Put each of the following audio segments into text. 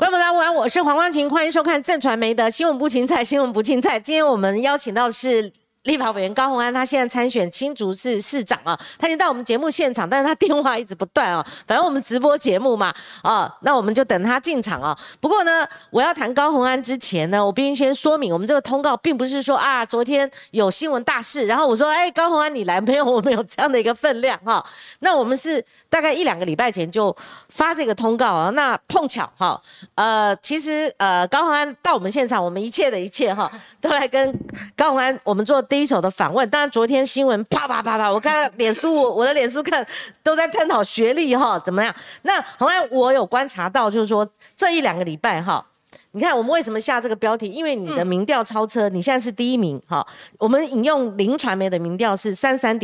观众大家晚，我是黄光芹，欢迎收看正传媒的新闻不芹菜，新闻不芹菜。今天我们邀请到的是立法委员高虹安，他现在参选新竹市市长啊，他已经到我们节目现场，但是他电话一直不断啊。反正我们直播节目嘛，那我们就等他进场啊。不过呢，我要谈高虹安之前呢，我必须先说明，我们这个通告并不是说啊，昨天有新闻大事，然后我说，高虹安你来没有？我们有这样的一个分量哈。那我们是大概1-2个礼拜前就发这个通告啊。那碰巧哈，其实高虹安到我们现场，我们一切的一切哈，都来跟高虹安我们做第一手的访问。当然昨天新闻啪啪啪啪，我看脸书，我的脸书看都在探讨学历哈怎么样。那虹安我有观察到，就是说这1-2个礼拜哈，你看我们为什么下这个标题？因为你的民调超车，你现在是第一名哈。我们引用林传媒的民调是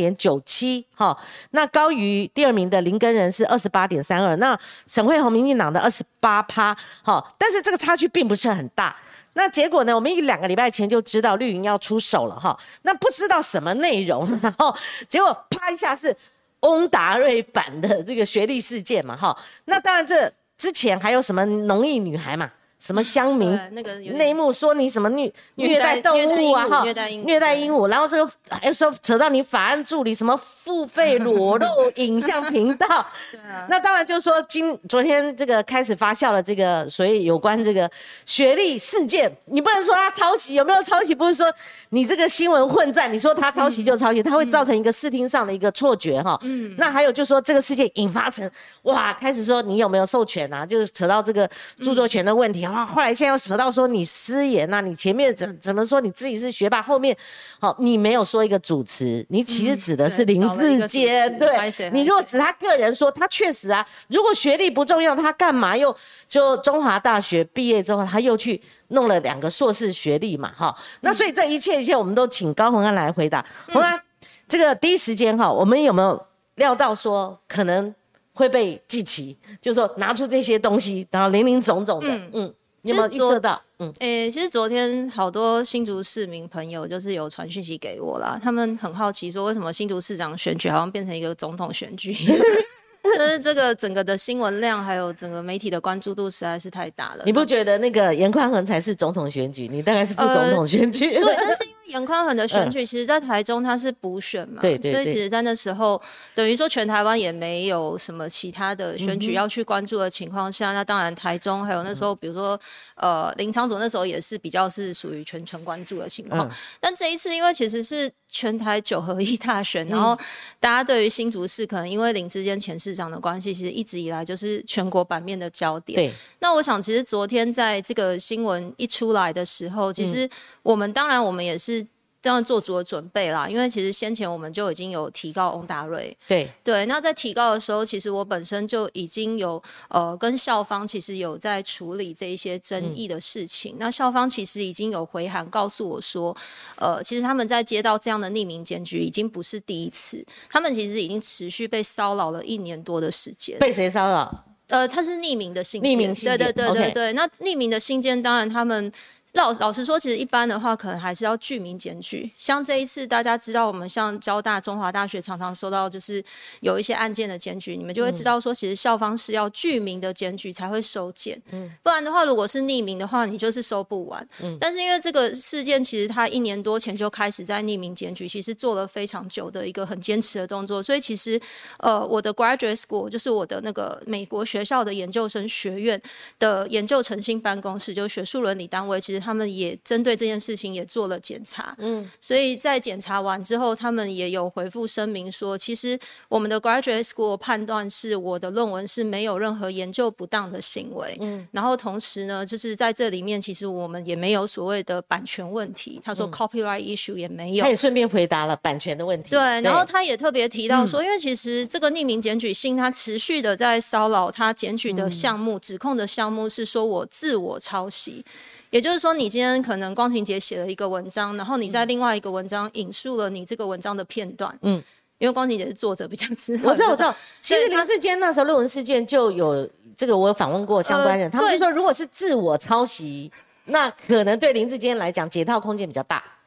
33.97哈，那高于第2名的林耕仁是28.32，那沈慧虹民进党的28%哈，但是这个差距并不是很大。那结果呢？我们1-2个礼拜前就知道绿营要出手了哈，那不知道什么内容，然后结果啪一下是翁达瑞版的这个学历事件嘛哈。那当然这之前还有什么农艺女孩嘛，什么乡民那个内幕说你什么虐待动物啊哈，虐待鹦鹉，然后这个还说扯到你法案助理什么付费裸露影像频道，那当然就是说昨天这个开始发酵了这个所以有关这个学历事件，你不能说他抄袭，有没有抄袭？不是说你这个新闻混战，你说他抄袭就抄袭，他会造成一个视听上的一个错觉哈。那还有就是说这个事件引发成哇，开始说你有没有授权啊，就是扯到这个著作权的问题。后来现在又扯到说你失言啊，你前面怎么说你自己是学霸，后面你没有说一个主词，你其实指的是林志坚，对，你如果指他个人说他确实啊，如果学历不重要，他干嘛又就中华大学毕业之后他又去弄了2个硕士学历嘛哈。那所以这一切我们都请高虹安来回答。虹安，这个第一时间我们有没有料到说可能会被记起，就是说拿出这些东西，然后林林总总的，你有没有预测到？ 其实昨天好多新竹市民朋友就是有传讯息给我啦，他们很好奇说为什么新竹市长选举好像变成一个总统选举。就是这个整个的新闻量还有整个媒体的关注度实在是太大了。 你不觉得那个严宽恒才是总统选举，你大概是副总统选举？ 对，但是因为严宽恒的选举其实在台中他是补选嘛，对，所以其实在那时候等于说全台湾也没有什么其他的选举要去关注的情况下，那当然台中还有那时候比如说林昶佐那时候也是比较是属于全关注的情况，但这一次因为其实是全台9合1大选，然后大家对于新竹市可能因为林志坚前市长的关系，其实一直以来就是全国版面的焦点。对，那我想其实昨天在这个新闻一出来的时候，其实我们当然我们也是这样做足了准备啦，因为其实先前我们就已经有提告翁达瑞，对，那在提告的时候，其实我本身就已经有跟校方其实有在处理这一些争议的事情，那校方其实已经有回函告诉我说，其实他们在接到这样的匿名检举已经不是第一次，他们其实已经持续被骚扰了1年多的时间。 被谁骚扰？ 它是匿名的信件，对，那匿名的信件当然他们老实说，其实一般的话，可能还是要具名检举。像这一次，大家知道我们像交大、中华大学常常收到就是有一些案件的检举，你们就会知道说，其实校方是要具名的检举才会收件，不然的话，如果是匿名的话，你就是收不完。但是因为这个事件，其实它1年多前就开始在匿名检举，其实做了非常久的一个很坚持的动作，所以其实我的 graduate school 就是我的那个美国学校的研究生学院的研究诚信办公室，就是学术伦理单位，其实他们也针对这件事情也做了检查，所以在检查完之后，他们也有回复声明说，其实我们的 graduate school 判断是我的论文是没有任何研究不当的行为，然后同时呢，就是在这里面其实我们也没有所谓的版权问题，他说 copyright issue 也没有， 他也顺便回答了版权的问题。 对，然后他也特别提到说，因为其实这个匿名检举信，他持续的在骚扰他检举的项目，指控的项目是说我自我抄袭。也就是说，你今天可能光庭姐写了一个文章，然后你在另外一个文章引述了你这个文章的片段，因为光庭姐是作者比较知道。我知道。 其实林志坚那时候论文事件就有这个，我有访问过相关人，他们就说，如果是自我抄袭，那可能对林志坚来讲解套空间比较大。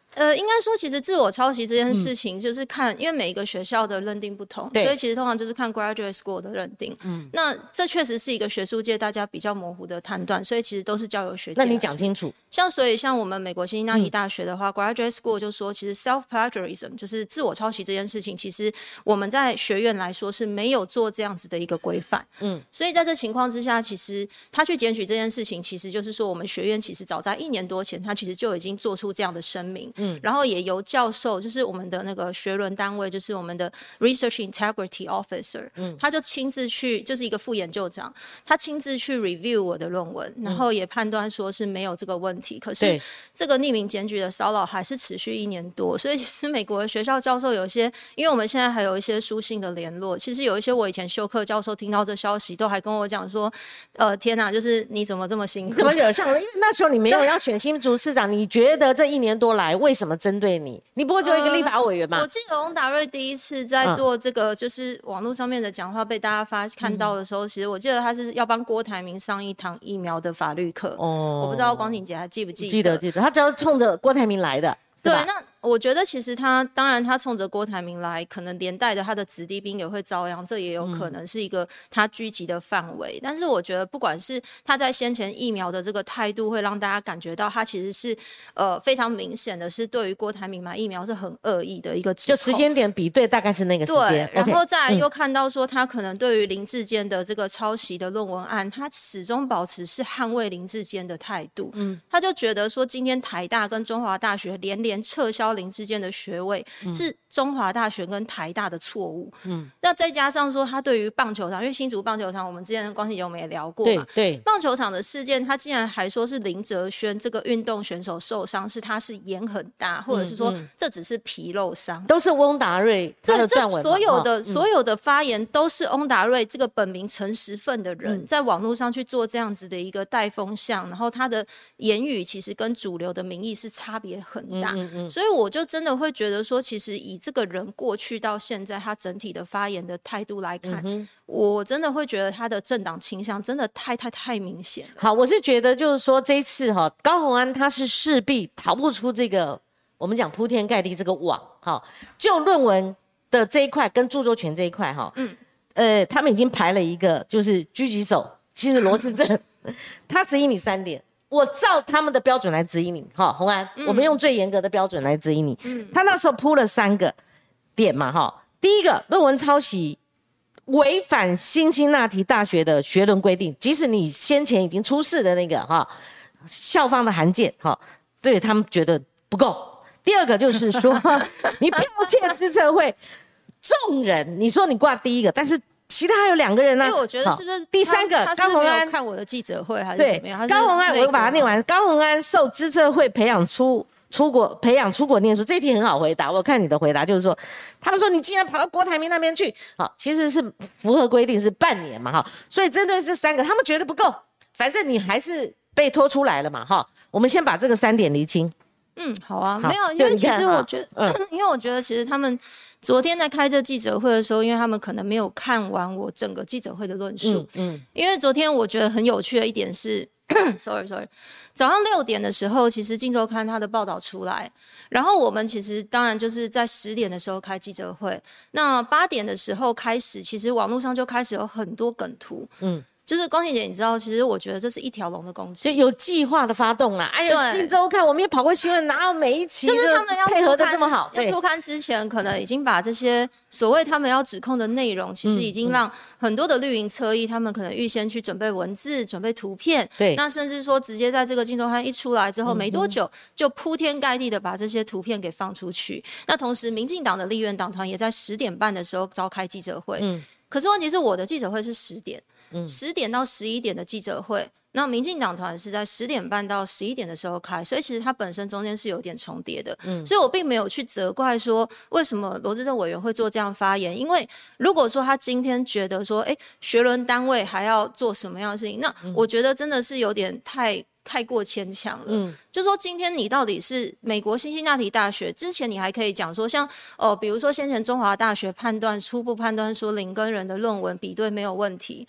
应该说，其实自我抄袭这件事情，就是看，因为每一个学校的认定不同，所以其实通常就是看 graduate school 的认定。那这确实是一个学术界大家比较模糊的判断，所以其实都是交由学界。 那你讲清楚。 所以像我们美国辛辛那提大学的话，graduate school 就说，其实 self plagiarism 就是自我抄袭这件事情，其实我们在学院来说是没有做这样子的一个规范。所以在这情况之下，其实他去检举这件事情，其实就是说我们学院其实早在1年多前，他其实就已经做出这样的声明。然后也由教授，就是我们的那个学伦单位，就是我们的 Research Integrity Officer，他就亲自去，就是一个副研究长，他亲自去 review 我的论文，然后也判断说是没有这个问题。可是这个匿名检举的骚扰还是持续1年多，所以其实美国的学校教授有些，因为我们现在还有一些书信的联络，其实有一些我以前修课教授听到这消息，都还跟我讲说，天哪，就是你怎么这么辛苦？ 怎么惹上了？因为那时候你没有要选新竹市长，你觉得这1年多来为什么针对你？你不过就一个立法委员嘛。 我记得翁达瑞第一次在做这个，就是网络上面的讲话被大家看到的时候，其实我记得他是要帮郭台铭上一堂疫苗的法律课。我不知道光庭姐还记不记得？ 记得，他只要冲着郭台铭来的。 对，那我觉得其实当然他冲着郭台铭来，可能连带的他的子弟兵也会遭殃，这也有可能是一个他狙击的范围。但是我觉得不管是他在先前疫苗的这个态度，会让大家感觉到他其实是非常明显的是对于郭台铭买疫苗是很恶意的一个指控。 就时间点比对大概是那个时间。 对，然后再来又看到说他可能对于林智坚的这个抄袭的论文案，他始终保持是捍卫林智坚的态度。他就觉得说今天台大跟中华大学连撤销林智坚的学位，是中华大学跟台大的错误。那再加上说他对于棒球场，因为新竹棒球场我们之前光庭姐我们也聊过嘛， 对棒球场的事件，他竟然还说是林哲轩这个运动选手受伤是他是眼很大，或者是说这只是皮肉伤， 都是翁达瑞他的撰文。 所有的发言都是翁达瑞这个本名陈时奋的人在网络上去做这样子的一个带风向，然后他的言语其实跟主流的民意是差别很大。所以我就真的会觉得说，其实以这个人过去到现在他整体的发言的态度来看，我真的会觉得他的政党倾向真的太明显了。 好，我是觉得就是说这一次高虹安他是势必逃不出这个我们讲铺天盖地这个网。就论文的这一块跟著作权这一块他们已经排了一个就是狙击手，其实罗致政他指引你3点。我照他们的标准来指引你，虹安，我们用最严格的标准来指引你。他那时候铺了3个点嘛，第一个，论文抄袭违反辛辛那提大学的学伦规定，即使你先前已经出示的那个校方的函件，对他们觉得不够。第二个就是说，你剽窃资策会众人，你说你挂第一个，但是其他还有2个人呢。 因为我觉得是不是第3个高虹安看我的记者会还是怎么样？ 高虹安，我把它念完。高虹安受资策会培养出国念书，这一题很好回答。我看你的回答就是说，他们说你既然跑到郭台铭那边去，其实是符合规定是半年嘛，所以针对这3个，他们觉得不够，反正你还是被拖出来了嘛，我们先把这个3点厘清。 好啊，没有，因为其实我觉得，因为我觉得其实他们昨天在开这记者会的时候，因为他们可能没有看完我整个记者会的论述。因为昨天我觉得很有趣的一点是sorry， 早上6点的时候，其实《镜周刊》它的报道出来，然后我们其实当然就是在10点的时候开记者会，那8点的时候开始，其实网络上就开始有很多梗图。就是光庭姐，你知道，其实我觉得这是一条龙的攻击， 就有计划的发动啦。镜周刊我们也跑过新闻，哪有每一期就是他们要配合的这么好？ 要出刊之前，可能已经把这些所谓他们要指控的内容，其实已经让很多的绿营侧翼，他们可能预先去准备文字、准备图片， 对， 那甚至说直接在这个镜周刊一出来之后，没多久就铺天盖地的把这些图片给放出去。那同时，民进党的立院党团也在10点半的时候召开记者会。可是问题是，我的记者会是10点。10点到11点的记者会，那民进党团是在10点半到11点的时候开，所以其实它本身中间是有点重叠的。所以我并没有去责怪说为什么罗致政委员会做这样发言，因为如果说他今天觉得说，学伦单位还要做什么样的事情，那我觉得真的是有点太过牵强了。就说今天你到底是美国辛辛那提大学，之前你还可以讲说像比如说先前中华大学初步判断说林跟人的论文比对没有问题。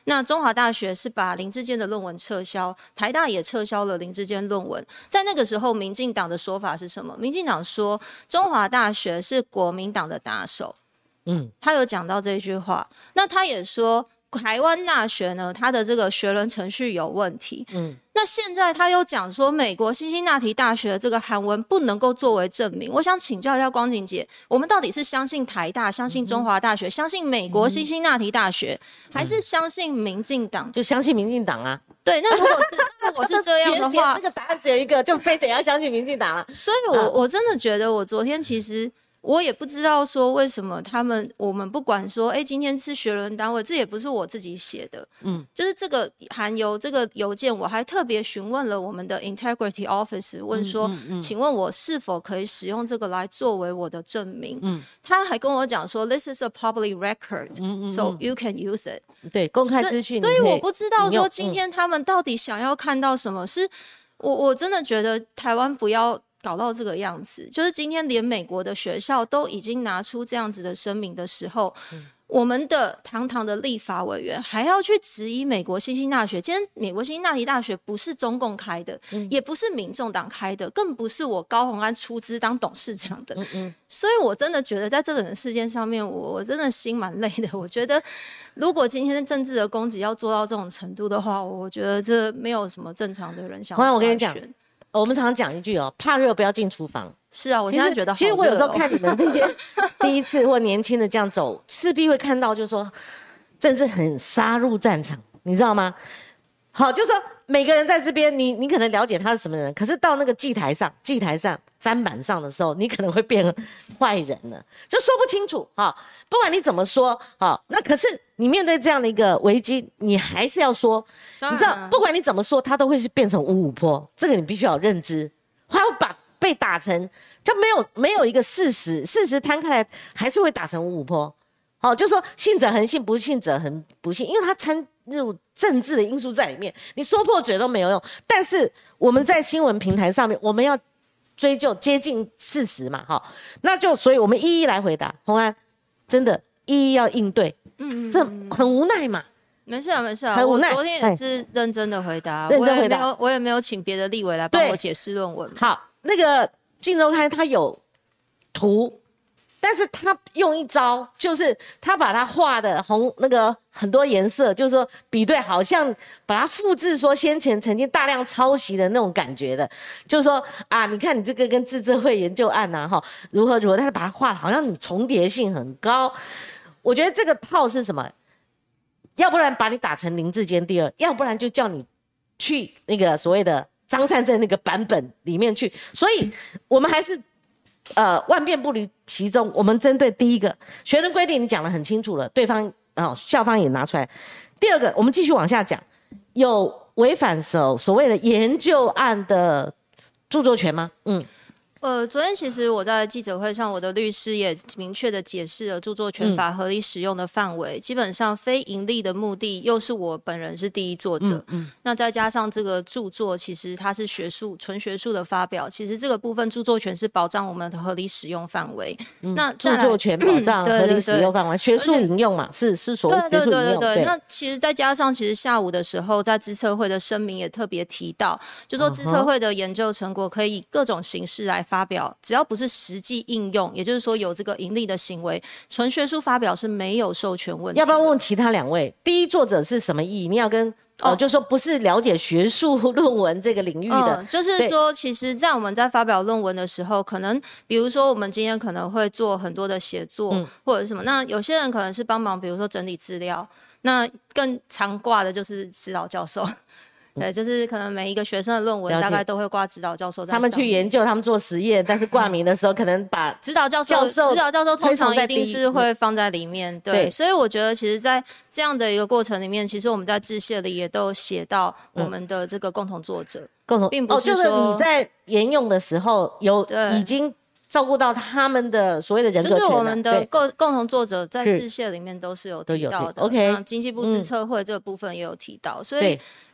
那中华大学是把林智坚的论文撤销，台大也撤销了林智坚论文。在那个时候，民进党的说法是什么？民进党说中华大学是国民党的打手，他有讲到这句话。那他也说台湾大学呢，它的这个学伦程序有问题。那现在他又讲说美国辛辛那提大学的这个韩文不能够作为证明。我想请教一下光景姐，我们到底是相信台大、相信中华大学、相信美国辛辛那提大学，还是相信民进党？ 就相信民进党啊。 对，那如果是这样的话， 这个答案只有一个，就非得要相信民进党了。 所以我真的觉得，我昨天其实我也不知道说为什么我们不管说，今天是学伦单位，这也不是我自己写的，就是这个函邮这个邮件，我还特别询问了我们的 Integrity Office， 问说，请问我是否可以使用这个来作为我的证明？他还跟我讲说 ，This is a public record，so you can use it。 对，公开资讯。 所以我不知道说今天他们到底想要看到什么。是我真的觉得台湾不要搞到这个样子，就是今天连美国的学校都已经拿出这样子的声明的时候，我们的堂堂的立法委员还要去质疑美国辛辛那学。今天美国辛辛那提大学不是中共开的，也不是民众党开的，更不是我高虹安出资当董事长的。所以我真的觉得在这种事件上面，我真的心蛮累的。我觉得如果今天政治的攻击要做到这种程度的话，我觉得这没有什么正常的人想要。 我跟你讲，我们常常讲一句怕热不要进厨房。 是啊，我现在觉得好热。 其实我有时候看你们这些第一次或年轻的这样走，势必会看到，就是说政治很杀入战场，你知道吗？好，就是说每个人在这边，你可能了解他是什么人，可是到那个祭台上、砧板上的时候，你可能会变坏人了，就说不清楚哈。不管你怎么说，好，那可是你面对这样的一个危机，你还是要说，你知道，不管你怎么说，它都会是变成五五波，这个你必须要有认知，还要被打成就没有一个事实摊开来，还是会打成五五波。好，就说信者恒信，不信者恒不信，因为它掺入政治的因素在里面，你说破嘴都没有用。但是我们在新闻平台上面，我们要追究接近事实嘛，好，那就所以我们一一来回答。虹安真的一一要应对，这很无奈嘛。 没事啊，我昨天也是认真的回答，我也没有请别的立委来帮我解释论文。 好，那个镜周刊他有图，但是他用一招，就是他把它画的那个很多颜色，就是说比对，好像把它复制说先前曾经大量抄袭的那种感觉的，就是说啊，你看你这个跟自治会研究案啊，如何，但是把它画好像你重叠性很高。我觉得这个套是什么？要不然把你打成林智坚第二，要不然就叫你去那个所谓的张善政那个版本里面去。所以我们还是万变不离其宗。我们针对第一个学伦规定，你讲得很清楚了，对方校方也拿出来。第二个，我们继续往下讲，有违反所谓的研究案的著作权吗？ 昨天其实我在记者会上，我的律师也明确的解释了著作权法合理使用的范围。基本上非盈利的目的，又是我本人是第一作者，那再加上这个著作，其实它是纯学术的发表，其实这个部分著作权是保障我们的合理使用范围。那著作权保障合理使用范围，学术引用嘛，是所谓学术引用。 对。那其实再加上，其实下午的时候，在资策会的声明也特别提到，就说资策会的研究成果可以以各种形式来发表，只要不是实际应用，也就是说有这个盈利的行为，纯学术发表是没有授权问题。 要不要问其他两位？第一作者是什么意义？你要跟就说不是了解学术论文这个领域的， 就是说，其实，在我们在发表论文的时候，可能比如说我们今天可能会做很多的写作，或者什么，那有些人可能是帮忙，比如说整理资料，那更常挂的就是指导教授。对，就是可能每一个学生的论文大概都会挂指导教授在上面， 他们去研究，他们做实验，但是挂名的时候可能把指导教授通常一定是会放在里面。对，所以我觉得其实在这样的一个过程里面，其实我们在致谢里也都写到我们的这个共同作者，并不是说就是你在沿用的时候已经照顾到他们的所谓的人格权， 就是我们的共同作者在致谢里面都是有提到的。 OK， 经济部资策会这个部分也有提到，所以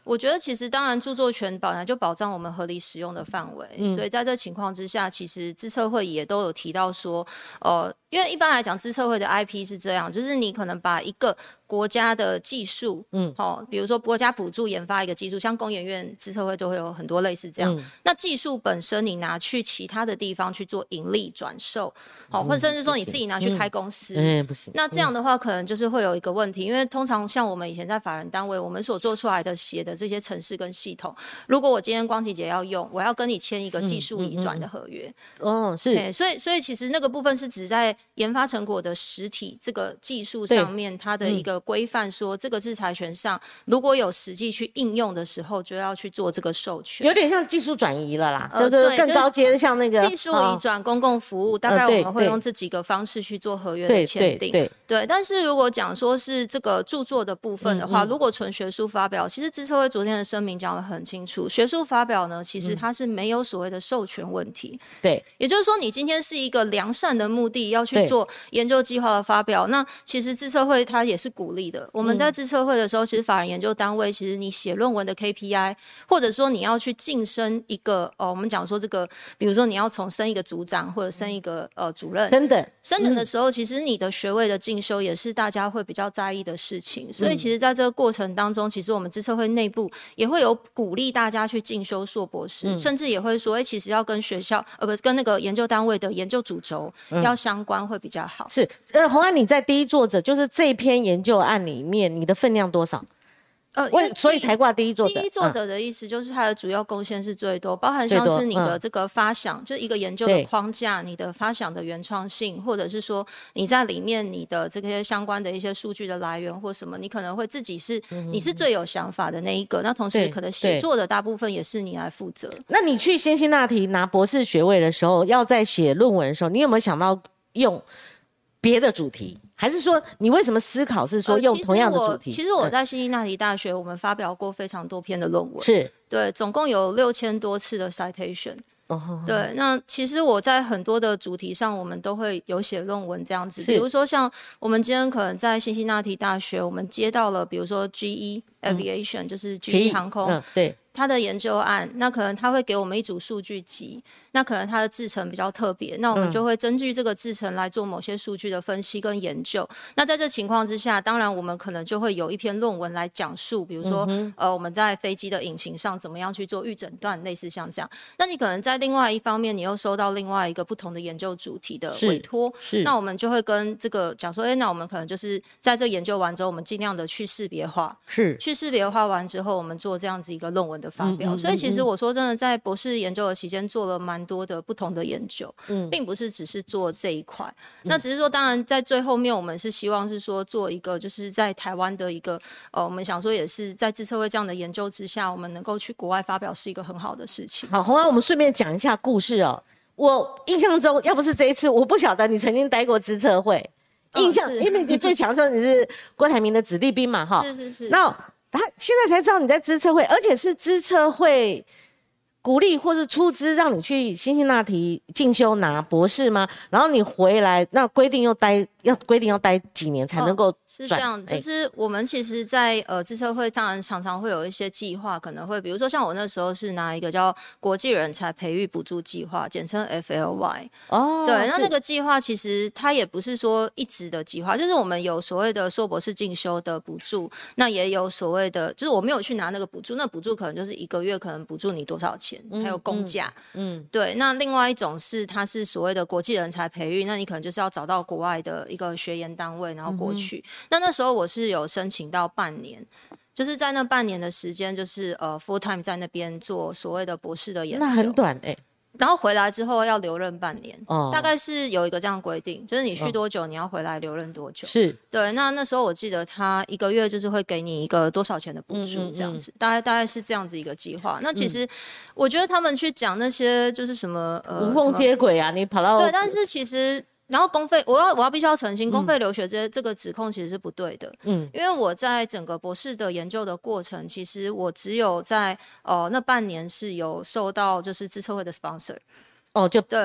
我觉得其实当然著作权本来就保障我们合理使用的范围，所以在这情况之下，其实资策会也都有提到说，因为一般来讲资策会的 IP 是这样，就是你可能把一个国家的技术，比如说国家补助研发一个技术，像工研院资策会就会有很多类似这样。那技术本身你拿去其他的地方去做盈利转售，或者甚至说你自己拿去开公司， 不行。 那这样的话可能就是会有一个问题，因为通常像我们以前在法人单位，我们所做出来的写的这些程式跟系统，如果我今天光启姐要用，我要跟你签一个技术移转的合约， 是， 所以其实那个部分是指在研发成果的实体这个技术上面，它的一个规范，说这个制裁权上如果有实际去应用的时候，就要去做这个授权， 有点像技术转移了啦，就是更高阶，像那个技术移转公共服务，大概我们会用这几个方式去做合约的签订。对，但是如果讲说是这个著作的部分的话，如果纯学术发表，其实资策会昨天的声明讲得很清楚，学术发表呢，其实它是没有所谓的授权问题。 对， 也就是说，你今天是一个良善的目的要去做研究计划的发表，那其实资策会它也是鼓励的。我们在资策会的时候，其实法人研究单位，其实你写论文的 KPI， 或者说你要去晋升一个我们讲说这个，比如说你要从升一个组长或者升一个主任升等的时候，其实你的学位的进修也是大家会比较在意的事情。所以其实在这个过程当中，其实我们资策会内部也会有鼓励大家去进修硕博士，甚至也会说，其实要跟学校不跟那个研究单位的研究主轴要相关会比较好。 是，洪安，你在第一作者就是这篇研究案里面，你的分量多少？所以才挂第一作者。 第一作者的意思就是他的主要贡献是最多，包含像是你的这个发想，就是一个研究的框架，你的发想的原创性，或者是说你在里面你的这些相关的一些数据的来源或什么，你可能会自己是你是最有想法的那一个。那同时可能写作的大部分也是你来负责。 那你去辛辛那提拿博士学位的时候，要在写论文的时候，你有没有想到用别的主题？还是说你为什么思考是说用同样的主题？ 其实我在辛辛那提大学，我们发表过非常多篇的论文， 是对，总共有6000多次的 citation。对，那其实我在很多的主题上，我们都会有写论文这样子。比如说像我们今天可能在辛辛那提大学，我们接到了比如说 GE Aviation，就是 GE 航空， 对。 他的研究案，那可能他会给我们一组数据集，那可能它的制程比较特别，那我们就会根据这个制程来做某些数据的分析跟研究。那在这情况之下，当然我们可能就会有一篇论文来讲述，比如说我们在飞机的引擎上怎么样去做预诊断，类似像这样。那你可能在另外一方面，你又收到另外一个不同的研究主题的委托，那我们就会跟这个讲说，那我们可能就是在这研究完之后，我们尽量的去识别化，去识别化完之后，我们做这样子一个论文的发表。所以其实我说真的，在博士研究的期间做了蛮多的不同的研究，并不是只是做这一块。那只是说，当然在最后面，我们是希望是说做一个就是在台湾的一个我们想说也是在资策会这样的研究之下，我们能够去国外发表是一个很好的事情。 好，洪安，我们顺便讲一下故事哦。我印象中，要不是这一次，我不晓得你曾经待过资策会。印象，因为你最强说你是郭台铭的子弟兵嘛，哈。 是。 那他现在才知道你在资策会，而且是资策会鼓励或是出资让你去辛辛那提进修拿博士吗？然后你回来，那规定要待几年才能够是这样，就是我们其实在资策会当然常常会有一些计划，可能会比如说像我那时候是拿一个叫国际人才培育补助计划，简称 FLY。对，那个计划其实它也不是说一直的计划，就是我们有所谓的硕博士进修的补助，那也有所谓的，就是我没有去拿那个补助，那补助可能就是1个月可能补助你多少钱，还有公假。对。那另外一种是它是所谓的国际人才培育，那你可能就是要找到国外的一个学研单位，然后过去。那时候我是有申请到半年，就是在那半年的时间，就是full time 在那边做所谓的博士的研究。 那很短然后回来之后要留任半年，大概是有一个这样规定，就是你去多久，你要回来留任多久。 是。 对。那时候我记得他1个月就是会给你一个多少钱的补助，这样子，大概是这样子一个计划。那其实我觉得他们去讲那些就是什么无缝接轨啊，你跑到对，但是其实。然后公费，我要必须要澄清，公费留学这个指控其实是不对的。因为我在整个博士的研究的过程，其实我只有在那半年是有受到就是资策会的 sponsor。 就对。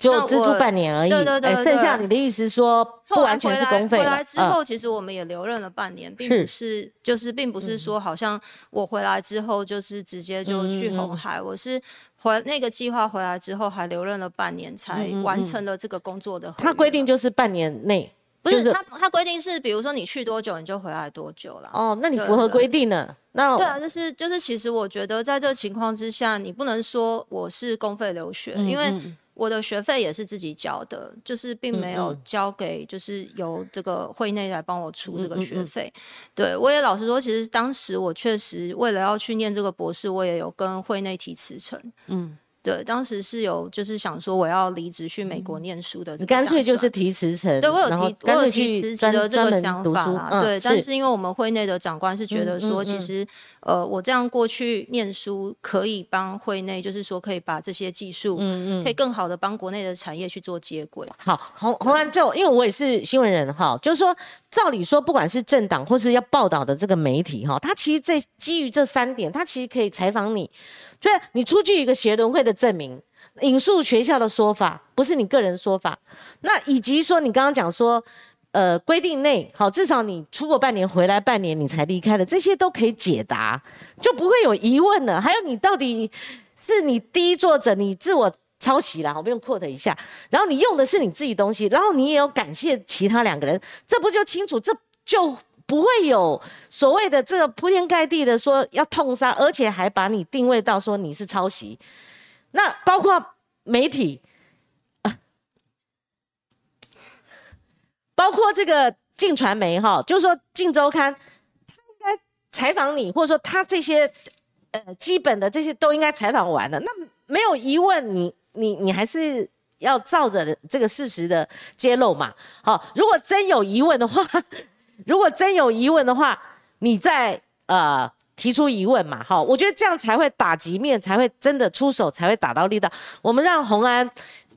就资助半年而已。 对， 剩下你的意思说不完全是公费了。 回来之后，其实我们也留任了半年，并不是说好像我回来之后就是直接就去红海，我是那个计划回来之后还留任了半年，才完成了这个工作的合约。 它规定就是半年内。 不是，它规定是，比如说你去多久，你就回来多久啦。 哦，那你符合规定了。那对啊，就是，其实我觉得在这个情况之下，你不能说我是公费留学，因为我的学费也是自己交的，就是并没有交给，就是由这个会内来帮我出这个学费。对，我也老实说，其实当时我确实为了要去念这个博士，我也有跟会内提辞呈。对，当时是有就是想说我要离职去美国念书的这个打算， 你干脆就是提辞呈。 对，我有提辞职的这个想法啦。对，但是因为我们会内的长官是觉得说，其实我这样过去念书可以帮会内，就是说可以把这些技术，可以更好的帮国内的产业去做接轨。 好，洪安就因为我也是新闻人哈，就是说照理说，不管是政党或是要报道的这个媒体哈，他其实在基于这3点，他其实可以采访你。所以你出具一个协伦会的证明，引述学校的说法，不是你个人说法。那以及说你刚刚讲说，规定内好，至少你出国半年，回来半年你才离开的，这些都可以解答，就不会有疑问了。还有你到底是你第一作者，你自我抄袭啦，我们用 quote 一下，然后你用的是你自己东西，然后你也有感谢其他2个人，这不就清楚？这就不会有所谓的这个铺天盖地的说要痛杀，而且还把你定位到说你是抄袭。那包括媒体，包括这个镜传媒哈，就是说镜周刊，他应该采访你，或者说他这些基本的这些都应该采访完了。那没有疑问，你还是要照着这个事实的揭露嘛。好，如果真有疑问的话，你再提出疑问嘛，我觉得这样才会打击面，才会真的出手，才会打到力道。我们让洪安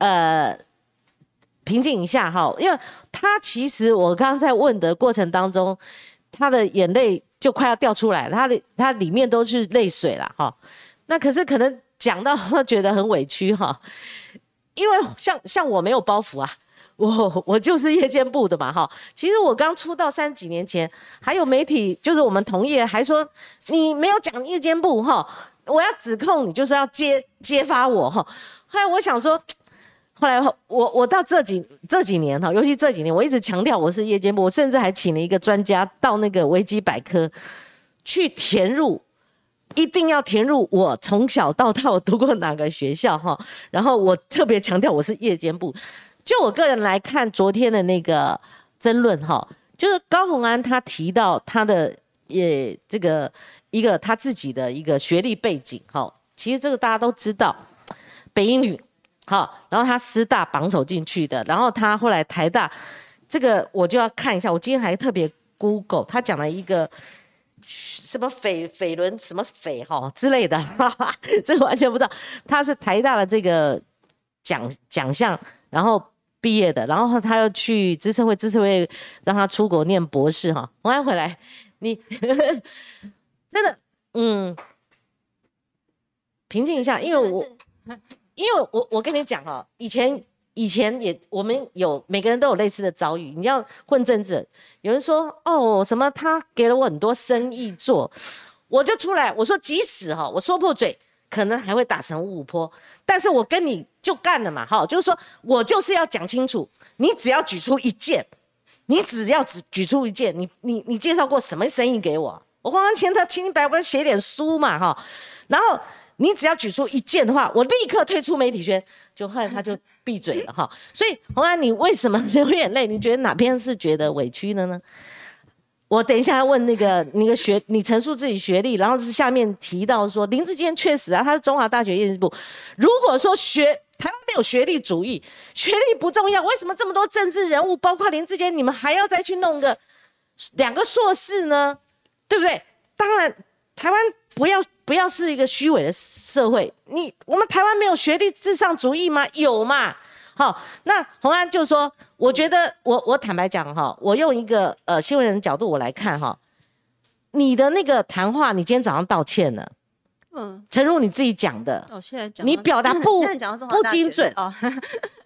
平静一下哈，因为他其实我刚刚在问的过程当中，他的眼泪就快要掉出来了，他里面都是泪水啦哈。那可是可能讲到觉得很委屈哈，因为像我没有包袱啊。我就是夜间部的嘛哈，其实我刚出道30几年前，还有媒体就是我们同业还说你没有讲夜间部哈，我要指控你就是要揭发我哈。后来我想说，后来我到这几年哈，尤其这几年我一直强调我是夜间部，我甚至还请了一个专家到那个维基百科去填入，一定要填入我从小到大我读过哪个学校哈，然后我特别强调我是夜间部。就我个人来看，昨天的那个争论哈，就是高虹安他提到他的这个一个他自己的一个学历背景哈，其实这个大家都知道，北一女好，然后他师大榜首进去的，然后他后来台大，这个我就要看一下，我今天还特别 Google 他讲了一个什么斐伦什么斐哈之类的，哈哈，这个完全不知道，他是台大的这个奖项，然后毕业的，然后他又去资策会让他出国念博士哈。洪安回来，你真的平静一下，因为我跟你讲哈，以前也我们有每个人都有类似的遭遇。你要混政治，有人说哦什么他给了我很多生意做，我就出来我说即使哈我说破嘴，可能还会打成五五波，但是我跟你就干了嘛，哈，就是说我就是要讲清楚，你只要举出一件，你介绍过什么生意给我，我花完钱他清清白白写点书嘛，哈，然后你只要举出一件的话，我立刻退出媒体圈，就后来他就闭嘴了哈。所以洪安，你为什么流眼泪？你觉得哪边是觉得委屈的呢？我等一下要问你陈述自己学历，然后是下面提到说林智坚确实啊，他是中华大学夜间部。如果说台湾没有学历主义，学历不重要，为什么这么多政治人物，包括林智坚，你们还要再去弄个2个硕士呢？对不对？当然，台湾不要是一个虚伪的社会。我们台湾没有学历至上主义吗？有嘛？好，那洪安就说，我觉得我坦白讲哈，我用一个新闻人角度我来看哈，你的那个谈话，你今天早上道歉了，诚如你自己讲的， 现在讲你表达不精准，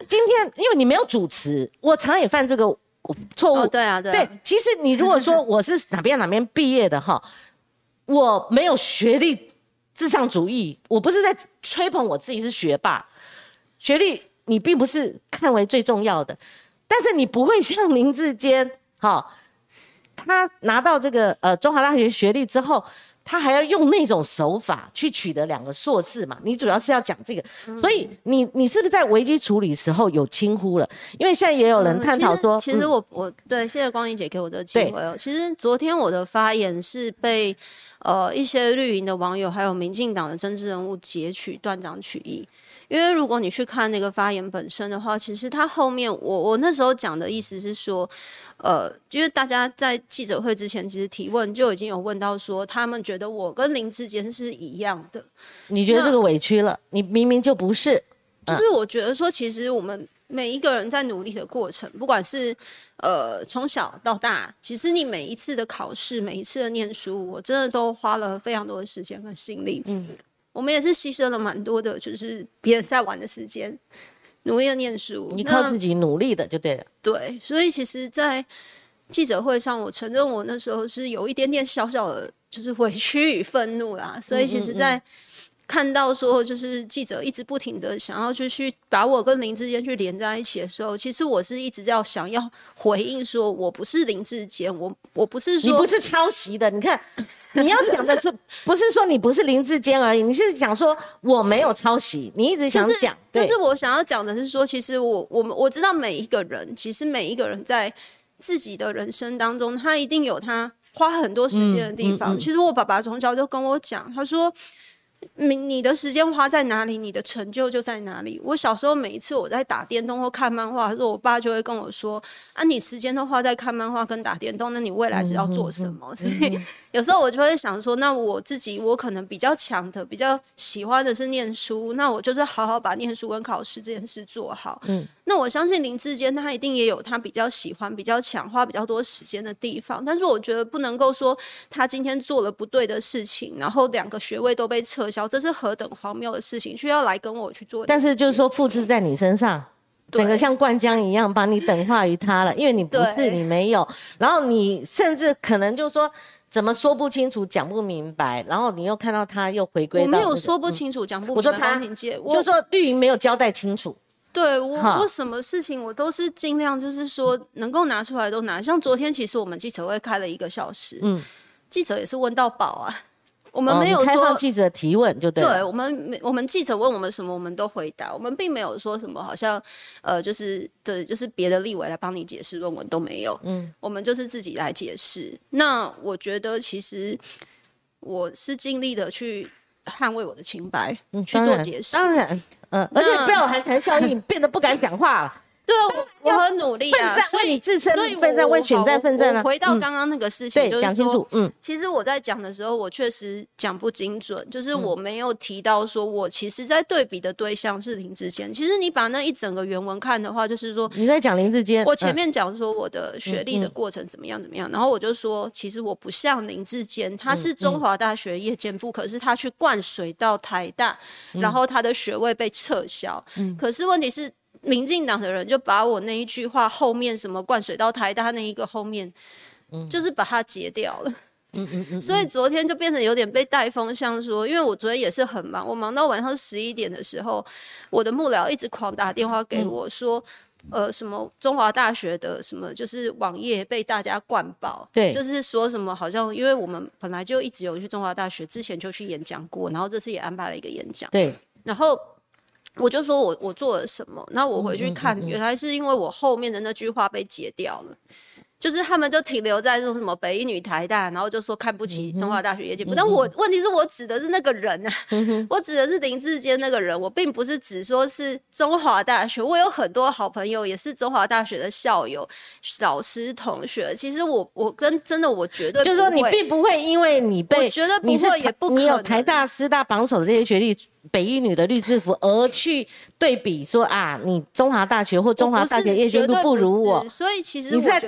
今天因为你没有主持，我常也犯这个错误。 哦，对啊， 对，其实你如果说我是哪边毕业的哈，我没有学历至上主义，我不是在吹捧我自己是学霸，学历你并不是看为最重要的，但是你不会像林志坚，他拿到这个中华大学学历之后，他还要用那种手法去取得2个硕士嘛？你主要是要讲这个，所以你是不是在危机处理时候有轻忽了？因为现在也有人探讨说， 其实我对，谢谢光仪姐给我的机会哦。其实昨天我的发言是被一些绿营的网友还有民进党的政治人物截取断章取义。因为如果你去看那个发言本身的话，其实他后面我那时候讲的意思是说，因为大家在记者会之前其实提问就已经有问到说，他们觉得我跟林志坚是一样的。 你觉得这个委屈了？你明明就不是。 就是我觉得说，其实我们每一个人在努力的过程，不管是从小到大，其实你每一次的考试，每一次的念书，我真的都花了非常多的时间跟心力。我们也是牺牲了蛮多的，就是别人在玩的时间，努力的念书。 你靠自己努力的就对了。 对，所以其实，在记者会上，我承认我那时候是有一点点小小的，就是委屈与愤怒啦。所以其实，在看到说就是记者一直不停的想要去把我跟林志坚去连在一起的时候，其实我是一直想要回应说，我不是林志坚，我不是说你不是抄袭的。你看，你要讲的是不是说你不是林志坚而已？你是讲说我没有抄袭，你一直想讲， 就是我想要讲的是说，其实我知道每一个人，其实每一个人在自己的人生当中，他一定有他花很多时间的地方。其实我爸爸从小就跟我讲，他说，你的时间花在哪里，你的成就就在哪里。我小时候每一次我在打电动或看漫画的时候，我爸就会跟我说，你时间都花在看漫画跟打电动，那你未来是要做什么？所以有时候我就会想说，那我自己我可能比较强的比较喜欢的是念书，那我就是好好把念书跟考试这件事做好。那我相信林志坚他一定也有他比较喜欢比较强花比较多时间的地方，但是我觉得不能够说他今天做了不对的事情，然后2个学位都被撤销，这是何等荒谬的事情，需要来跟我去做。 但是就是说复制在你身上，整个像灌浆一样把你等化于他了，因为你不是，你没有，然后你甚至可能就是说怎么说不清楚讲不明白，然后你又看到他又回归到、 我没有说不清楚讲不明白， 我说他就说绿营没有交代清楚。 对，我什么事情我都是尽量就是说能够拿出来都拿，像昨天其实我们记者会开了1个小时，记者也是问到饱啊，我们没有说开放记者提问就对了。 对，我们记者问我们什么我们都回答，我们并没有说什么好像就是别的立委来帮你解释论文都没有，我们就是自己来解释。那我觉得其实我是尽力的去捍卫我的清白，去做解释。 当然，而且不要有寒蝉效应，变得不敢讲话了。 对，我很努力啊， 所以自身奋战，为选战奋战啊。 回到刚刚那个事情， 对，讲清楚。 其实我在讲的时候，我确实讲不精准，就是我没有提到说我其实在对比的对象是林志坚。其实你把那一整个原文看的话，就是说你在讲林志坚。 我前面讲说我的学历的过程怎么样，然后我就说，其实我不像林志坚，他是中华大学夜间部，可是他去灌水到台大，然后他的学位被撤销。可是问题是，民进党的人就把我那一句话后面什么灌水到台大那一个后面，就是把它截掉了。所以昨天就变成有点被带风向说，因为我昨天也是很忙，我忙到晚上11点的时候，我的幕僚一直狂打电话给我说，什么中华大学的什么就是网页被大家灌爆， 对， 就是说什么好像因为我们本来就一直有去中华大学，之前就去演讲过，然后这次也安排了一个演讲， 对， 然后我就说我做了什么，那我回去看，原来是因为我后面的那句话被截掉了。就是他们就停留在说什么北一女台大，然后就说看不起中华大学夜间部，但问题是我指的是那个人啊，我指的是林志坚那个人，我并不是指说是中华大学。我有很多好朋友也是中华大学的校友、老师、同学。其实我跟真的我绝对不会， 就是说你并不会因为你被我觉得不会也不可能， 你有台大、师大榜首的这些学历。北一女的律制服，而去对比说啊，你中华大学或中华大学夜间部不如我， 所以其实你是在陈述林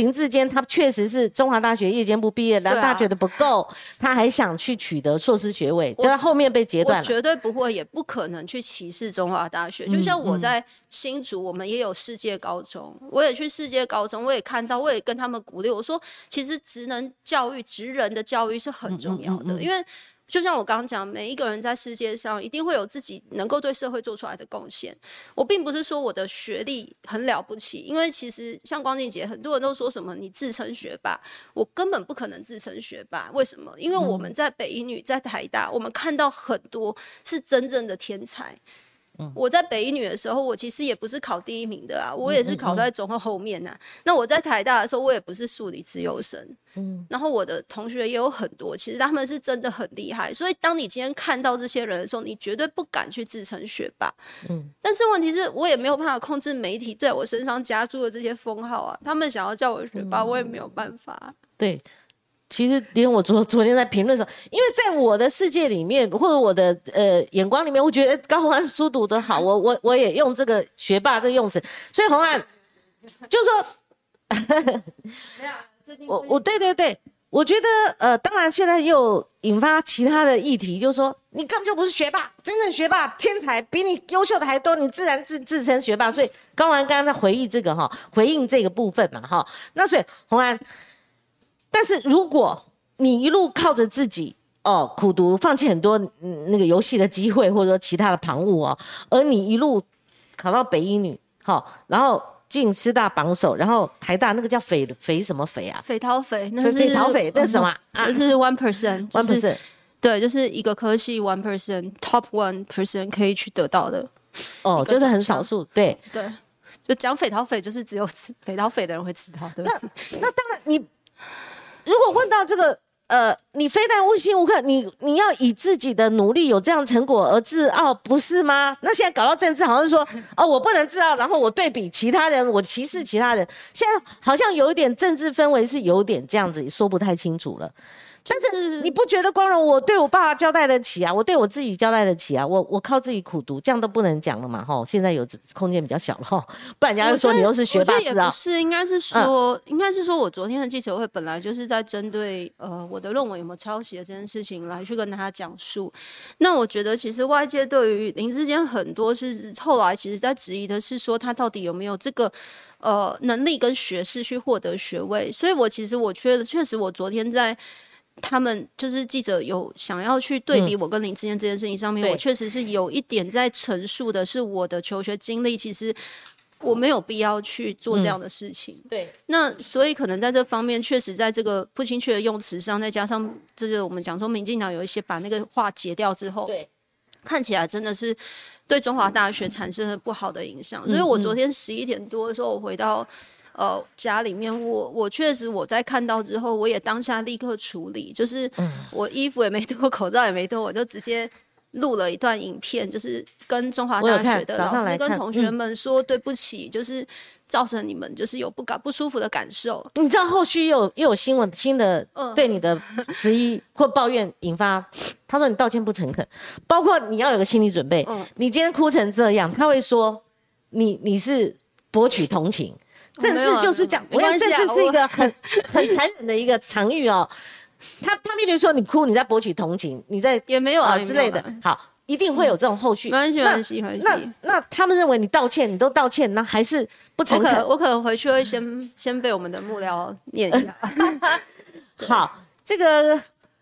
林志坚他确实是中华大学夜间部毕业，然后他觉得不够，他还想去取得硕士学位，就在后面被截断了。 我绝对不会，也不可能去歧视中华大学。就像我在新竹，我们也有世界高中，我也去世界高中，我也看到，我也跟他们鼓励，我说其实职能教育、职人的教育是很重要的，因为就像我刚刚讲，每一个人在世界上一定会有自己能够对社会做出来的贡献。我并不是说我的学历很了不起，因为其实像光靖姐，很多人都说什么你自称学霸，我根本不可能自称学霸。为什么？因为我们在北一女、在台大，我们看到很多是真正的天才。我在北一女的时候，我其实也不是考第1名的啊，我也是考在总后面啊。那我在台大的时候，我也不是数理资优生。然后我的同学也有很多，其实他们是真的很厉害。所以当你今天看到这些人的时候，你绝对不敢去自称学霸。但是问题是我也没有办法控制媒体对我身上加注的这些封号啊，他们想要叫我学霸，我也没有办法。 对。其实连我昨天在评论的时候，因为在我的世界里面或者我的眼光里面，我觉得高虹安书读得好，我也用这个学霸这个用词，所以虹安就说我对，我觉得当然现在又引发其他的议题，就是说你根本就不是学霸，真正学霸天才比你优秀的还多，你自然自称学霸。所以高虹安刚刚在回应这个部分嘛哈，那所以虹安。但是如果你一路靠着自己苦读，放弃很多那个游戏的机会，或者说其他的旁骛而你一路考到北一女，然后进师大榜首，然后台大那个叫斐什么斐啊？ 斐陶斐，那是斐陶斐，那是什么啊？那是 1%， 1%， 对，就是一个科系 1%，top 1% 可以去得到的。 就是很少数，对， 就讲斐陶斐，就是只有斐陶斐的人会知道。对， 那当然你。如果问到这个，你非但无心无刻，你要以自己的努力有这样成果而自傲，不是吗？那现在搞到政治，好像是说，我不能自傲，然后我对比其他人，我歧视其他人，现在好像有一点政治氛围是有点这样子，说不太清楚了。但是你不觉得光荣？我对我爸爸交代得起啊，我对我自己交代得起啊，我靠自己苦读，这样都不能讲了嘛？现在有空间比较小了，不然人家就说你又是学霸自傲。 也不是，应该是说我昨天的记者会本来就是在针对我的论文有没有抄袭的这件事情来去跟大家讲述。那我觉得其实外界对于林志坚很多是后来其实在质疑的是说他到底有没有这个能力跟学识去获得学位。所以我确实我昨天在。他们就是记者有想要去对比我跟林志坚这件事情上面，我确实是有一点在陈述的是我的求学经历，其实我没有必要去做这样的事情。 对， 那所以可能在这方面，确实在这个不精确的用词上，再加上就是我们讲说民进党有一些把那个话截掉之后， 对， 看起来真的是对中华大学产生了不好的影响。所以我昨天11点多的时候，我回到。家里面我确实我在看到之后，我也当下立刻处理，就是我衣服也没脱，口罩也没脱，我就直接录了一段影片，就是跟中华大学的老师跟同学们说对不起，就是造成你们就是有不舒服的感受。 你知道后续又有新的对你的质疑或抱怨引发，他说你道歉不诚恳，包括你要有个心理准备，你今天哭成这样，他会说你是博取同情。政治就是这样，我想政治是一个很残忍的一个场域哦。他面对说你哭，你在博取同情，你在也没有啊之类的，好，一定会有这种后续。 没关系。 那他们认为你道歉，你都道歉，那还是不诚恳。 我可能回去会先被我们的幕僚念一下。 好，这个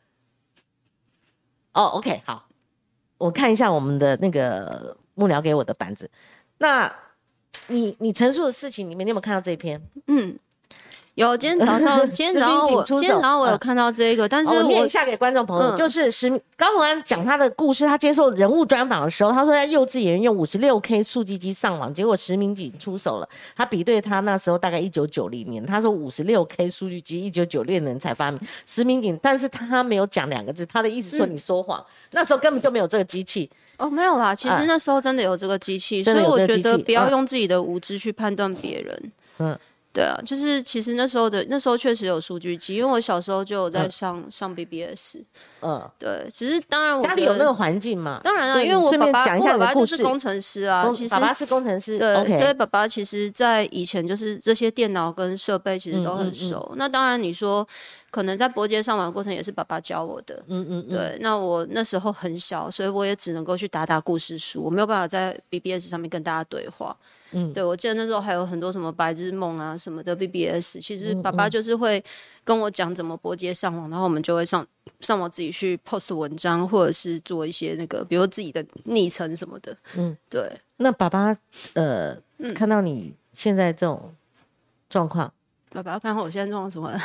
OK， 好，我看一下我们的那个幕僚给我的板子。那你陈述的事情里面，你有没有看到这一篇？ 有，今天早上我有看到这个，但是我念一下给观众朋友，就是高虹安讲他的故事，他接受人物专访的时候，他说在幼稚园用 56K 数据机上网，结果实名警出手了。他比对他那时候大概1990年，他说 56K 数据机1996年才发明，实名警，但是他没有讲2个字，他的意思说你说谎，那时候根本就没有这个机器。 没有啦，其实那时候真的有这个机器，所以我觉得不要用自己的无知去判断别人。 对啊，就是其实那时候确实有数据集，因为我小时候就有在上 BBS。对，只是当然我家里有那个环境嘛。 当然了，因为我爸爸就是工程师啊，其实爸爸是工程师， 对，所以爸爸其实在以前就是这些电脑跟设备其实都很熟。那当然你说可能在拨接上网的过程也是爸爸教我的。对，那我那时候很小，所以我也只能够去打故事书，我没有办法在 BBS 上面跟大家对话。对，我记得那时候还有很多什么白日梦啊什么的 BBS， 其实爸爸就是会跟我讲怎么拨接上网，然后我们就会上网自己去 post 文章，或者是做一些那个比如自己的昵称什么的。对。 那爸爸看到你现在这种状况， 爸爸看到我现在状况什么？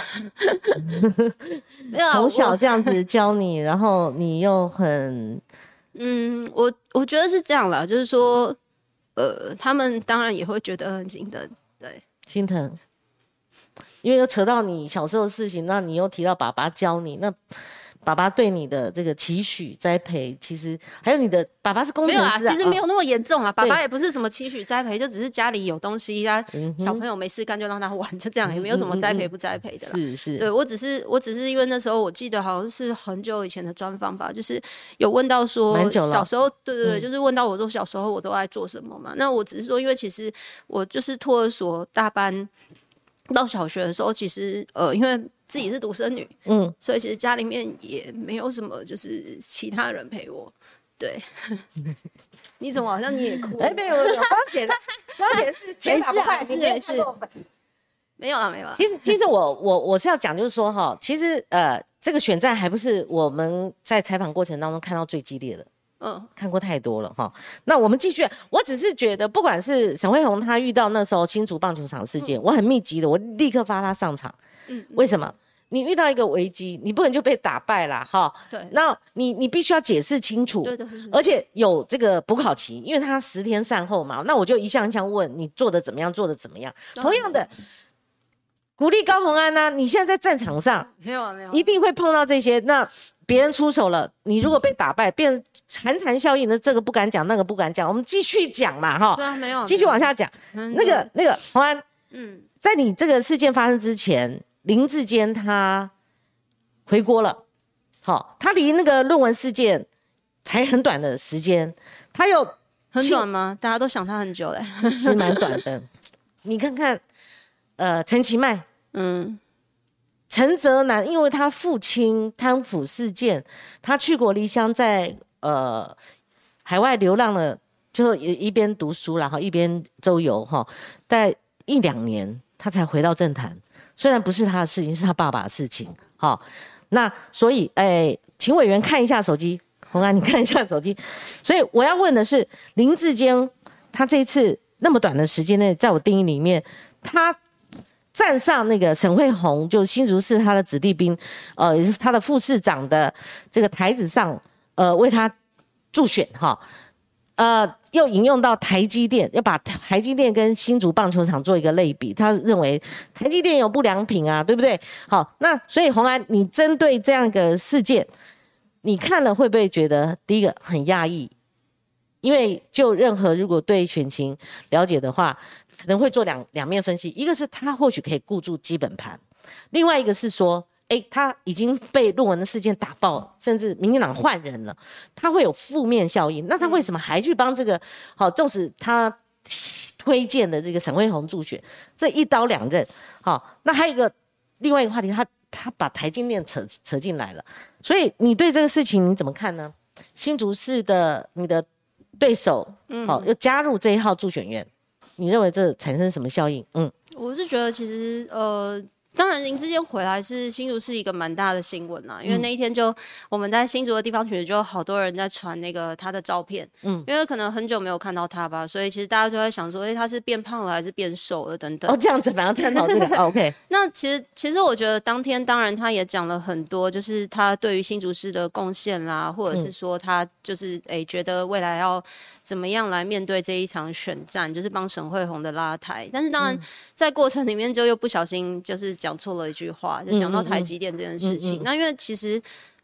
没有从小这样子教你，然后你又很我觉得是这样啦，就是说他们当然也会觉得很心疼，对， 心疼，因为又扯到你小时候的事情，那你又提到爸爸教你，那爸爸对你的这个期许栽培，其实还有你的爸爸是工程师没有其实没有那么严重啊。爸爸也不是什么期许栽培，就只是家里有东西啊，小朋友没事干就让他玩，就这样，也没有什么栽培不栽培的啦。 是， 对，我只是因为那时候我记得好像是很久以前的专访吧，就是有问到说小时候，对，就是问到我说小时候我都爱做什么嘛。那我只是说，因为其实我就是托儿所大班到小学的时候，其实因为自己是独生女，所以其实家里面也没有什么就是其他人陪我。对，你怎么好像你也哭？ 没有，芳姐是天打不坏，是没有啦。 其实我是要讲，就是说哈，其实这个选战还不是我们在采访过程当中看到最激烈的。看过太多了哈。那我们继续，我只是觉得，不管是沈慧虹他遇到那时候新竹棒球场事件，我很密集的，我立刻发他上场。为什么？你遇到一个危机，你不能就被打败啦哈。 对。 那你必须要解释清楚。 对。 而且有这个补考期，因为他10天善后嘛，那我就一项一项问你做的怎么样，做的怎么样。同样的，鼓励高虹安啊，你现在在战场上， 没有， 一定会碰到这些。那别人出手了，你如果被打败，变成寒蝉效应的，这个不敢讲，那个不敢讲，我们继续讲嘛，哈。 对啊，没有， 继续往下讲。那个虹安，在你这个事件发生之前，林志坚他回国了，好，他离那个论文事件才很短的时间，他又很短吗？大家都想他很久嘞， 是蛮短的。你看看，陈其迈，陈泽南，因为他父亲贪腐事件，他去国离乡，在海外流浪了，就一边读书然后一边周游哈，在1-2年他才回到政坛。虽然不是他的事情，是他爸爸的事情。好，那所以请委员看一下手机，虹安你看一下手机。所以我要问的是，林志坚他这一次那么短的时间内，在我定义里面，他站上那个沈慧虹，就新竹市他的子弟兵，也是他的副市长的这个台子上，为他助选哈，又引用到台积电，要把台积电跟新竹棒球场做一个类比，他认为台积电有不良品啊，对不对？好，那所以虹安，你针对这样一个事件，你看了会不会觉得第一个很压抑？因为就任何如果对选情了解的话，可能会做两面分析，一个是他或许可以顾住基本盘，另外一个是说，他已经被论文的事件打爆，甚至民进党换人了，他会有负面效应。那他为什么还去帮这个？好，纵使他推荐的这个沈慧虹助选，这一刀两刃。好，那还有一个另外一个话题，他把台积电扯进来了。所以你对这个事情你怎么看呢？新竹市的你的对手，好，又加入这一号助选员，你认为这产生什么效应？ 我是觉得其实当然林志坚回来是新竹是一个蛮大的新闻啦，因为那一天就我们在新竹的地方群就有好多人在传那个他的照片，因为可能很久没有看到他吧，所以其实大家就在想说，他是变胖了还是变瘦了等等。 这样子反而探讨这个OK。 那其实我觉得当天当然他也讲了很多，就是他对于新竹市的贡献啦，或者是说他就是觉得未来要怎么样来面对这一场选战，就是帮沈慧虹的拉抬。但是当然在过程里面就又不小心就是讲错了一句话，就讲到台积电这件事情。那因为其实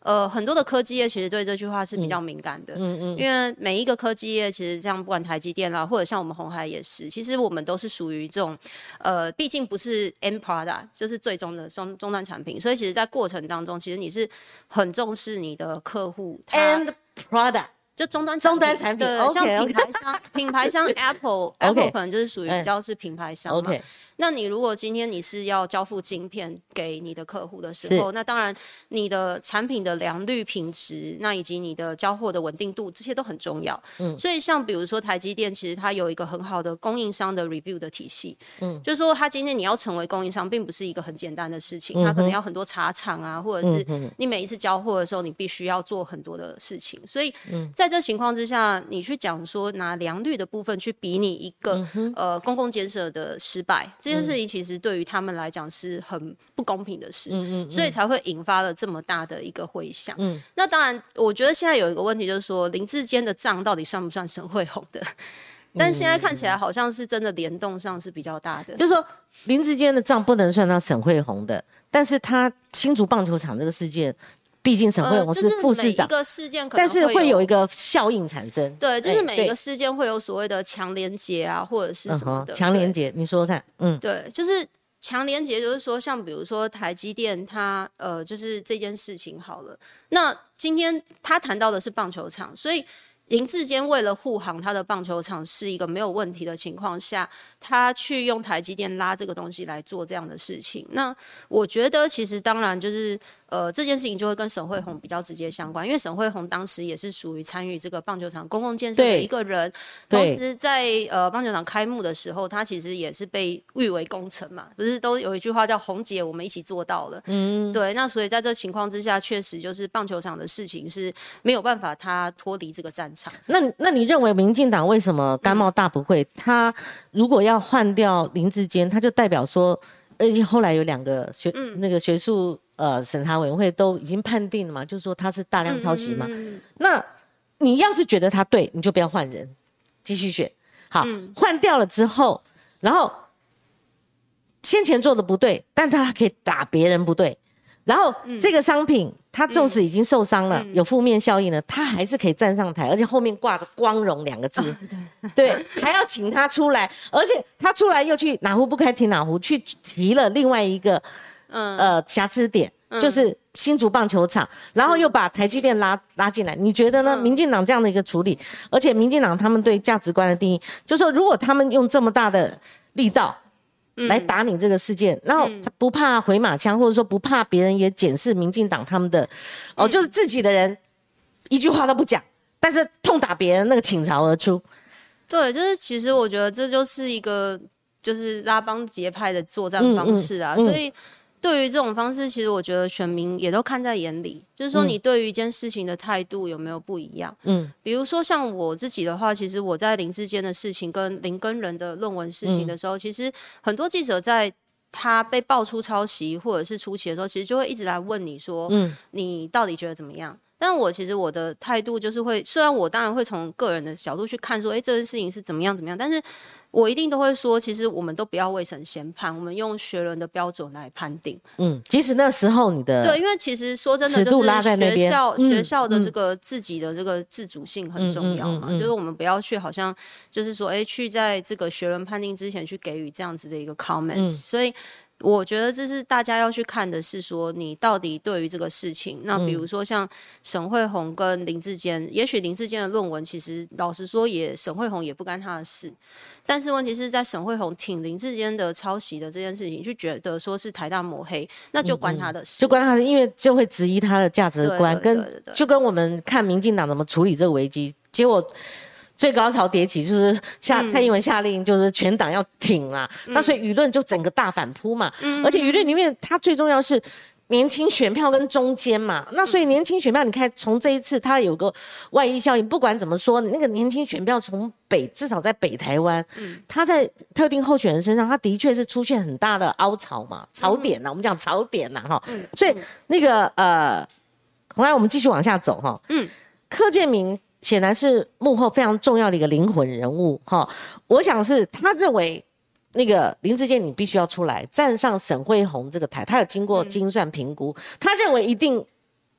很多的科技业其实对这句话是比较敏感的，因为每一个科技业其实像不管台积电啦，或者像我们鸿海也是，其实我们都是属于这种毕竟不是 end product， 就是最终的终端产品，所以其实在过程当中，其实你是很重视你的客户 end product。 就终端产品， 像品牌商 Apple 可能就是属于比较是品牌商嘛。那你如果今天你是要交付晶片给你的客户的时候，那当然你的产品的良率、品质，那以及你的交货的稳定度，这些都很重要。所以像比如说台积电，其实它有一个很好的供应商的 review 的体系。就是说它今天你要成为供应商，并不是一个很简单的事情，它可能要很多查厂啊，或者是你每一次交货的时候，你必须要做很多的事情。所以在这情况之下，你去讲说拿良率的部分去比拟一个公共建设的失败，这件事情其实对于他们来讲是很不公平的事，所以才会引发了这么大的一个回响。那当然，我觉得现在有一个问题就是说，林志坚的账到底算不算沈慧虹的？但现在看起来好像是真的联动上是比较大的， 就是说林志坚的账不能算到沈慧虹的，但是他新竹棒球场这个事件。毕竟沈慧虹是副市长， 每一个事件可能但是会有一个效应产生。 对，就是每一个事件会有所谓的强连结啊，或者是什么的。 强连结，你说说看。 对，就是强连结，就是说，像比如说台积电，它就是这件事情好了。那今天他谈到的是棒球场，所以林志坚为了护航他的棒球场是一个没有问题的情况下，他去用台积电拉这个东西来做这样的事情。那我觉得其实当然就是这件事情就会跟沈慧虹比较直接相关，因为沈慧虹当时也是属于参与这个棒球场公共建设的一个人，同时在棒球场开幕的时候，他其实也是被誉为功臣嘛，不是都有一句话叫红姐我们一起做到了，对，那所以在这情况之下，确实就是棒球场的事情是没有办法他脱离这个战场。 那你认为民进党为什么甘茂大不会？他如果要换掉林志坚，他就代表说，而且后来有2个那个学术审查委员会都已经判定了嘛，就是说他是大量抄袭嘛。那你要是觉得他对，你就不要换人，继续选。好，换掉了之后，然后先前做的不对，但他可以打别人不对。然后这个商品，他纵使已经受伤了，有负面效应了，他还是可以站上台，而且后面挂着光荣2个字，对，还要请他出来，而且他出来又去哪壶不开提哪壶，去提了另外一个瑕疵点，就是新竹棒球场，然后又把台积电拉进来，你觉得呢？民进党这样的一个处理，而且民进党他们对价值观的定义，就是说如果他们用这么大的力道来打你这个事件，然后不怕回马枪，或者说不怕别人也检视民进党他们的就是自己的人一句话都不讲，但是痛打别人那个倾巢而出。 对，就是其实我觉得这就是一个就是拉帮结派的作战方式啊，所以对于这种方式，其实我觉得选民也都看在眼里，就是说你对于一件事情的态度有没有不一样。比如说像我自己的话，其实我在林志坚的事情跟林耕仁的论文事情的时候，其实很多记者在他被爆出抄袭或者是出奇的时候，其实就会一直来问你说，你到底觉得怎么样？但我其实我的态度就是会，虽然我当然会从个人的角度去看说，这件事情是怎么样，但是我一定都会说，其实我们都不要未审先判，我们用学伦的标准来判定。 即使那时候你的对，因为其实说真的，就是学校的这个自己的这个自主性很重要嘛，就是我们不要去好像就是说，去在这个学伦判定之前去给予这样子的一个 comment，所以。我觉得这是大家要去看的是说，你到底对于这个事情，那比如说像沈慧虹跟林志坚，也许林志坚的论文其实老实说沈慧虹也不干他的事，但是问题是在沈慧虹挺林志坚的抄袭的这件事情，就觉得说是台大抹黑，那就关他的事， 就关他的事，因为就会质疑他的价值观，就跟我们看民进党怎么处理这个危机，结果。最高潮迭起，就是蔡英文下令，就是全党要挺啦，那所以舆论就整个大反扑嘛，而且舆论里面它最重要是年轻选票跟中间嘛，那所以年轻选票，你看从这一次它有个外溢效应，不管怎么说，那个年轻选票从至少在北台湾，他在特定候选人身上，他的确是出现很大的凹槽嘛，槽点呐，我们讲槽点呐哈，所以那个后来我们继续往下走哈，柯建铭。显然是幕后非常重要的一个灵魂人物哈，我想是他认为那个林志坚你必须要出来站上沈慧虹这个台，他有经过精算评估，他认为一定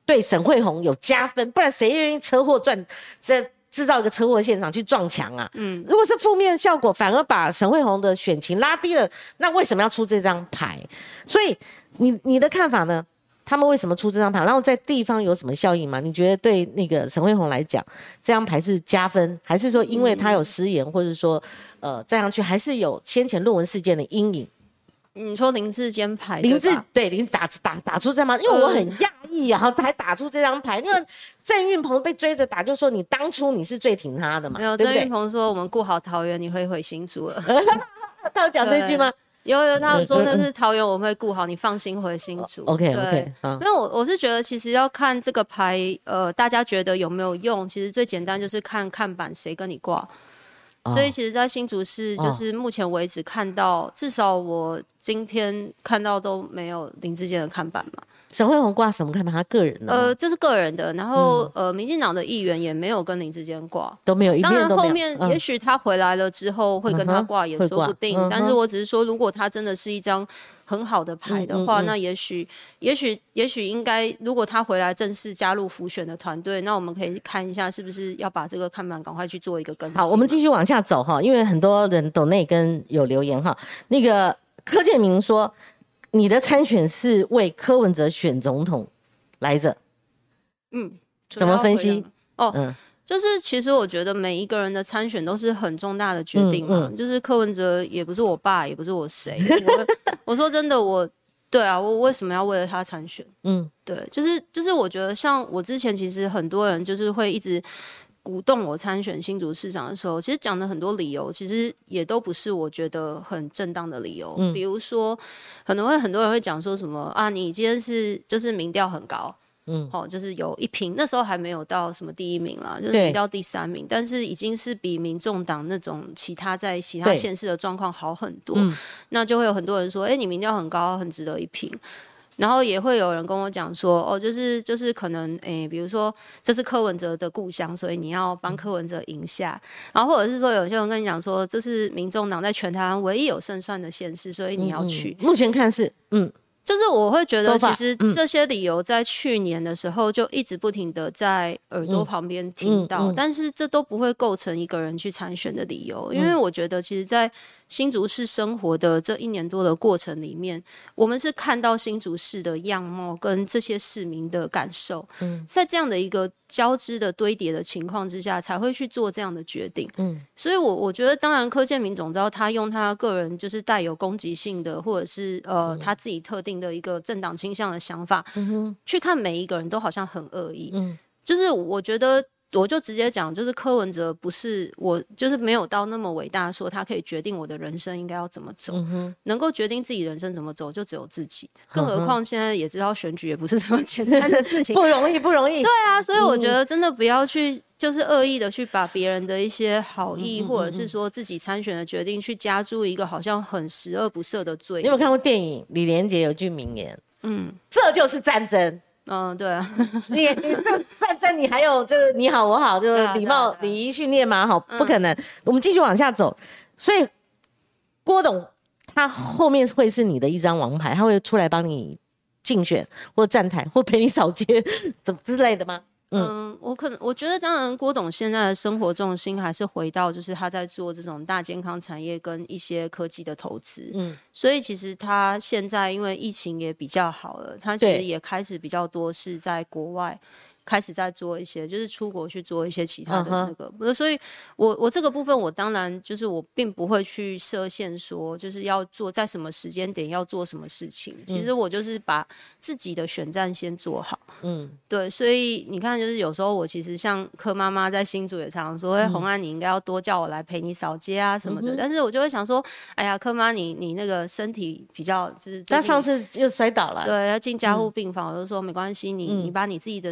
对沈慧虹有加分，不然谁愿意车祸制造一个车祸现场去撞墙啊？如果是负面效果，反而把沈慧虹的选情拉低了，那为什么要出这张牌？所以你的看法呢？他们为什么出这张牌？然后在地方有什么效应吗？你觉得对那个沈慧虹来讲，这张牌是加分，还是说因为他有失言，或者说站上去还是有先前论文事件的阴影？ 你说林志坚牌， 对打出这张牌，因为我很讶异啊，还打出这张牌，因为郑运鹏被追着打，就说你当初你是最挺他的嘛， 没有，郑运鹏说我们顾好桃园，你会回新竹了。 他有讲这句吗？ 有，他有说那是桃园，我会顾好，你放心回新竹。 OK， 因为我是觉得其实要看这个牌，大家觉得有没有用？其实最简单就是看看板谁跟你挂。所以其实，在新竹市就是目前为止看到，至少我今天看到都没有林志坚的看板嘛。 沈慧虹挂什么看板？他个人的就是个人的，然后民进党的议员也没有跟林志坚挂， 都没有。 当然后面也许他回来了之后会跟他挂，也说不定。但是我只是说，如果他真的是一张很好的牌的话，那也许应该，如果他回来正式加入辅选的团队，那我们可以看一下是不是要把这个看板赶快去做一个更新。 好，我们继续往下走哈，因为很多人抖内跟有留言哈，那个柯建铭说。你的参选是为柯文哲选总统来着，怎么分析？ 就是其实我觉得每一个人的参选都是很重大的决定嘛，就是柯文哲也不是我爸，也不是我谁，我说真的，对啊，我为什么要为了他参选？对，就是我觉得像我之前其实很多人就是会一直鼓动我参选新竹市长的时候，其实讲的很多理由，其实也都不是我觉得很正当的理由。比如说，很多人会讲说什么啊，你今天就是民调很高，就是有一平，那时候还没有到什么第一名啦，就是民调第3名，但是已经是比民众党那种在其他县市的状况好很多。那就会有很多人说，你民调很高，很值得一平。然后也会有人跟我讲说，就是可能，比如说这是柯文哲的故乡，所以你要帮柯文哲赢下。然后或者是说，有些人跟你讲说，这是民众党在全台湾唯一有胜算的县市，所以你要去。 目前看是， 就是我会觉得，其实这些理由在去年的时候就一直不停的在耳朵旁边听到，但是这都不会构成一个人去参选的理由，因为我觉得其实在新竹市生活的这1年多的过程里面，我们是看到新竹市的样貌跟这些市民的感受，在这样的一个交织的堆叠的情况之下，才会去做这样的决定。所以我觉得，当然柯建铭总召他用他个人就是带有攻击性的，或者是他自己特定的一个政党倾向的想法，去看每一个人都好像很恶意。就是我觉得。我就直接讲，就是柯文哲不是我，就是没有到那么伟大，说他可以决定我的人生应该要怎么走，能够决定自己人生怎么走，就只有自己。更何况现在也知道选举也不是这么简单的事情， 不容易。对啊，所以我觉得真的不要去，就是恶意的去把别人的一些好意，或者是说自己参选的决定，去加注一个好像很十恶不赦的罪。 你有没有看过电影？李连杰有句名言，这就是战争。 对啊， 你这战争你还有这个你好我好，就是礼仪训练嘛，好，不可能。我们继续往下走，所以郭董他后面会是你的一张王牌，他会出来帮你竞选或站台或陪你扫街怎么之类的吗？ 我觉得当然郭董现在的生活重心还是回到就是他在做这种大健康产业跟一些科技的投资，所以其实他现在因为疫情也比较好了，他其实也开始比较多是在国外开始在做一些，就是出国去做一些其他的那个，所以我这个部分我当然就是我并不会去设限说就是要做在什么时间点要做什么事情，其实我就是把自己的选战先做好，对，所以你看就是有时候我其实像柯妈妈在新竹也常常说，洪安你应该要多叫我来陪你扫街啊什么的，但是我就会想说，哎呀柯妈你那个身体比较就是， 他上次又摔倒了， 对，要进加护病房，我就说没关系，你把你自己的身体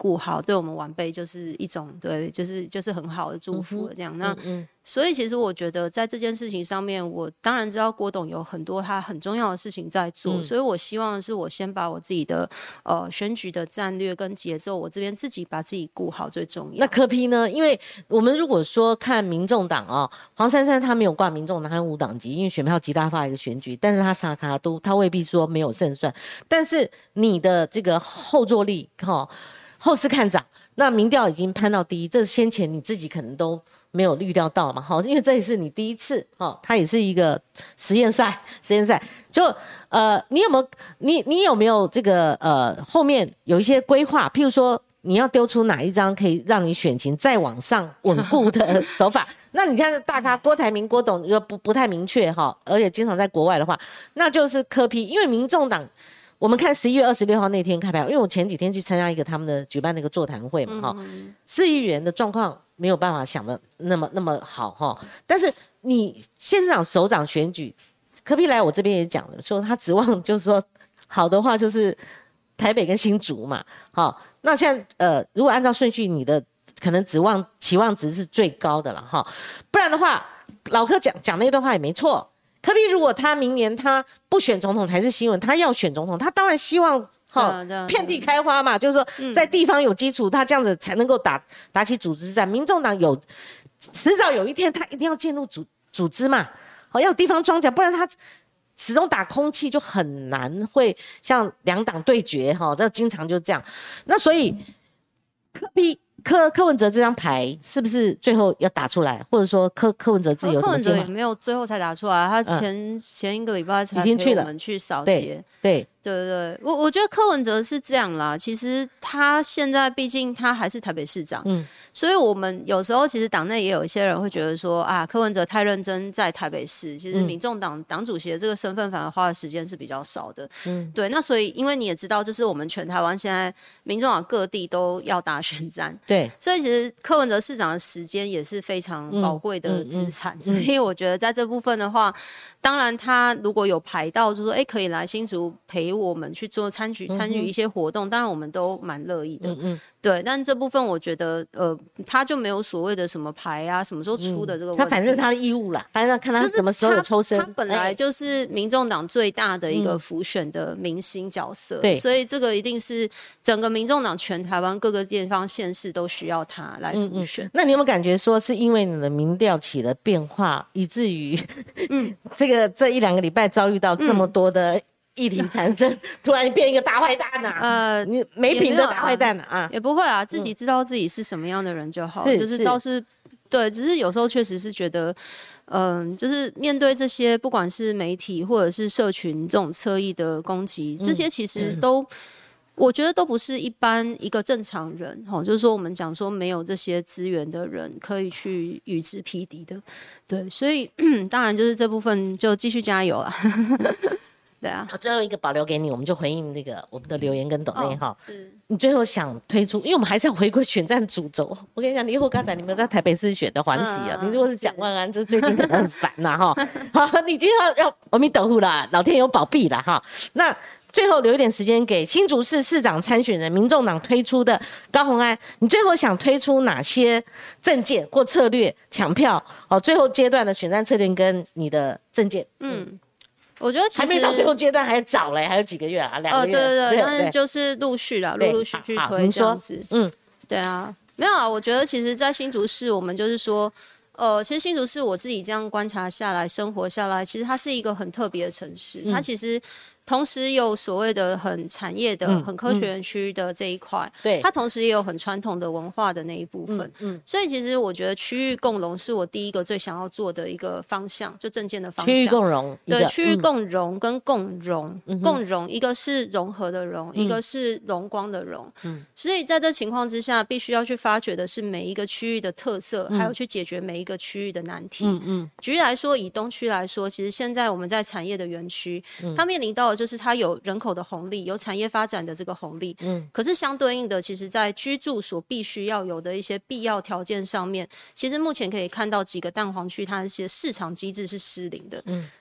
顾好，对我们晚辈就是一种对，就是很好的祝福这样。那所以其实我觉得在这件事情上面，我当然知道郭董有很多他很重要的事情在做，所以我希望是我先把我自己的选举的战略跟节奏，我这边自己把自己顾好最重要。 那柯 P 呢？因为我们如果说看民众党哦，黄珊珊他没有挂民众党和无党籍，因为选票极大化一个选举，但是他萨卡都他未必说没有胜算，但是你的这个后坐力后市看涨，那民调已经攀到第一，这先前你自己可能都没有预料到嘛，因为这也是你第一次，它也是一个实验赛，就你有没有这个后面有一些规划，譬如说你要丢出哪一张可以让你选情再往上稳固的手法？那你看大咖郭台铭、郭董不太明确而且经常在国外的话，那就是柯 P， 因为民众党。我们看11月26号那天开牌，因为我前几天去参加一个他们的举办那个座谈会嘛，4亿元的状况没有办法想的那么好但是你县市长首长选举，柯 P 来我这边也讲了，说他指望就是说好的话就是台北跟新竹嘛，那现在如果按照顺序，你的可能期望值是最高的了不然的话，老柯讲那段话也没错。柯 P 如果他明年他不选总统才是新闻，他要选总统，他当然希望遍地开花嘛，就是说在地方有基础，他这样子才能够打起组织战。民众党迟早有一天他一定要进入组织嘛，要有地方装甲，不然他始终打空气就很难会像两党对决这经常就这样。那所以柯 P。柯文哲这张牌是不是最后要打出来，或者说柯文哲自己有什么计划？ 柯文哲也没有最后才打出来，他前一个礼拜才陪我们去扫街。对，我觉得柯文哲是这样啦。其实他现在毕竟他还是台北市长，所以我们有时候其实党内也有一些人会觉得说柯文哲太认真在台北市，其实民众党党主席的这个身份反而花的时间是比较少的。对，那所以因为你也知道，就是我们全台湾现在民众党各地都要打选战， 对， 所以其实柯文哲市长的时间也是非常宝贵的资产，所以我觉得在这部分的话，当然他如果有排到，就说可以来新竹陪我们去做参与一些活动，当然我们都蛮乐意的。对，但这部分我觉得他就没有所谓的什么牌啊，什么时候出的这个问题， 他反正他的义务啦，反正看他什么时候有抽身。 他本来就是民众党最大的一个辅选的明星角色，对，所以这个一定是整个民众党全台湾各个地方县市都需要他来辅选。 那你有没有感觉说是因为你的民调起了变化，以至于这一两个礼拜遭遇到这么多的议题产生，突然变一个大坏蛋你没品的大坏蛋也不会自己知道自己是什么样的人就好，就是倒是对，只是有时候确实是觉得就是面对这些不管是媒体或者是社群这种侧翼的攻击，这些其实都我觉得都不是一般一个正常人就是说我们讲说没有这些资源的人可以去与之匹敌的。对，所以当然就是这部分就继续加油啦对啊， 最后一个保留给你，我们就回应那个我们的留言跟抖内你最后想推出，因为我们还是要回归选战主轴。我跟你讲，你以后刚才你们在台北市选的欢喜你如果是蒋万安，就最近可能很烦好，你今天要阿弥陀佛啦，老天有保庇啦那最后留一点时间给新竹市市长参选人民众党推出的高虹安，你最后想推出哪些政见或策略抢票最后阶段的选战策略跟你的政见我觉得其实还没到最后阶段，还早嘞，还有几个月2个月。 对，但是就是陆续去推这样子。对啊，没有我觉得其实，在新竹市，我们就是说，其实新竹市我自己这样观察下来、生活下来，其实它是一个很特别的城市，它其实。同时有所谓的很产业的、很科学园区的这一块，对，它同时也有很传统的文化的那一部分，所以其实我觉得区域共融是我第一个最想要做的一个方向，就政见的方向。区域共融，对，区域共融跟共融，共融一个是融合的融，一个是荣光的荣，所以在这情况之下，必须要去发掘的是每一个区域的特色，还有去解决每一个区域的难题。举例来说，以东区来说，其实现在我们在产业的园区，它面临到就是它有人口的红利，有产业发展的这个红利，可是相对应的，其实在居住所必须要有的一些必要条件上面，其实目前可以看到几个蛋黄区它的一些市场机制是失灵的，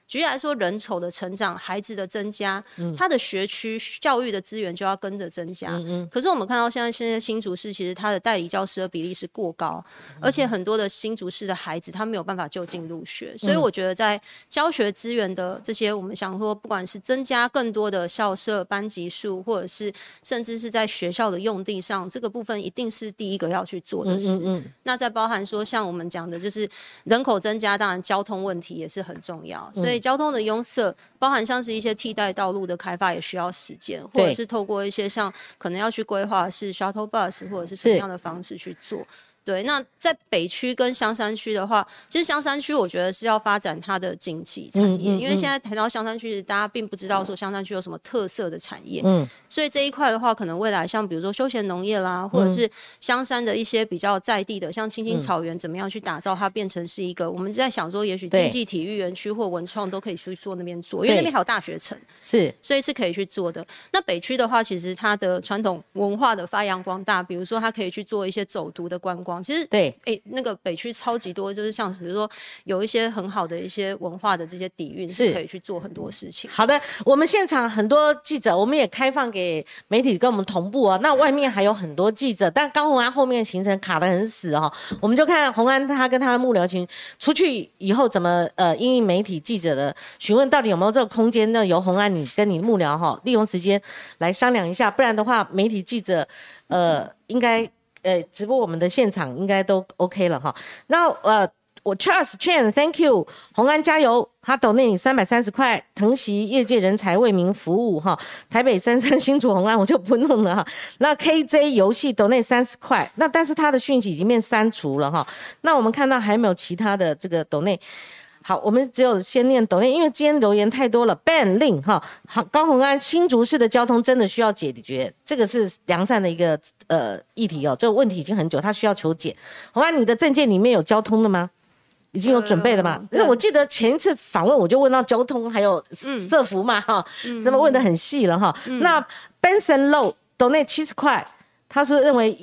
举例来说，人口的成长，孩子的增加，他的学区教育的资源就要跟着增加。可是我们看到现在新竹市其实它的代理教师的比例是过高，而且很多的新竹市的孩子他没有办法就近入学，所以我觉得在教学资源的这些，我们想说，不管是增加更多的校舍班级数，或者是甚至是在学校的用地上，这个部分一定是第一个要去做的事。那再包含说，像我们讲的，就是人口增加，当然交通问题也是很重要，所以交通的拥塞，包含像是一些替代道路的开发也需要时间，或者是透过一些像可能要去规划是 shuttle bus 或者是什么样的方式去做。对，那在北区跟香山区的话，其实香山区我觉得是要发展它的经济产业，因为现在谈到香山区，大家并不知道说香山区有什么特色的产业，所以这一块的话，可能未来像比如说休闲农业啦，或者是香山的一些比较在地的，像青青草原，怎么样去打造它变成是一个，我们在想说，也许经济体育园区或文创都可以去做那边做，因为那边还有大学城，是，所以是可以去做的。那北区的话，其实它的传统文化的发扬光大，比如说它可以去做一些走读的观光。其实对，那个北区超级多，就是像比如说有一些很好的一些文化的这些底蕴，是可以去做很多事情。 好的，我们现场很多记者，我们也开放给媒体跟我们同步哦。那外面还有很多记者，但高虹安后面行程卡得很死哦。我们就看虹安他跟他的幕僚群出去以后怎么因应媒体记者的询问，到底有没有这个空间？那由虹安你跟你幕僚利用时间来商量一下，不然的话媒体记者应该。直播我们的现场应该都 OK 了哈。那我 Charles Chen Thank you 虹安加油，他抖内你330块，疼惜业界人才为民服务哈。台北33新竹虹安我就不弄了哈。那 KJ 游戏抖内30块，那但是他的讯息已经变删除了哈。那我们看到还没有其他的这个抖内。好，我们只有先念抖内，因为今天留言太多了。Ben Lin 哈，好，高虹安新竹市的交通真的需要解决，这个是良善的一个议题哦，这个问题已经很久，它需要求解。虹安，你的政见里面有交通的吗？已经有准备了吗？那我记得前一次访问我就问到交通还有社福嘛哈，那么问得很细了哈。那 Benson Low 抖内70块，他说认为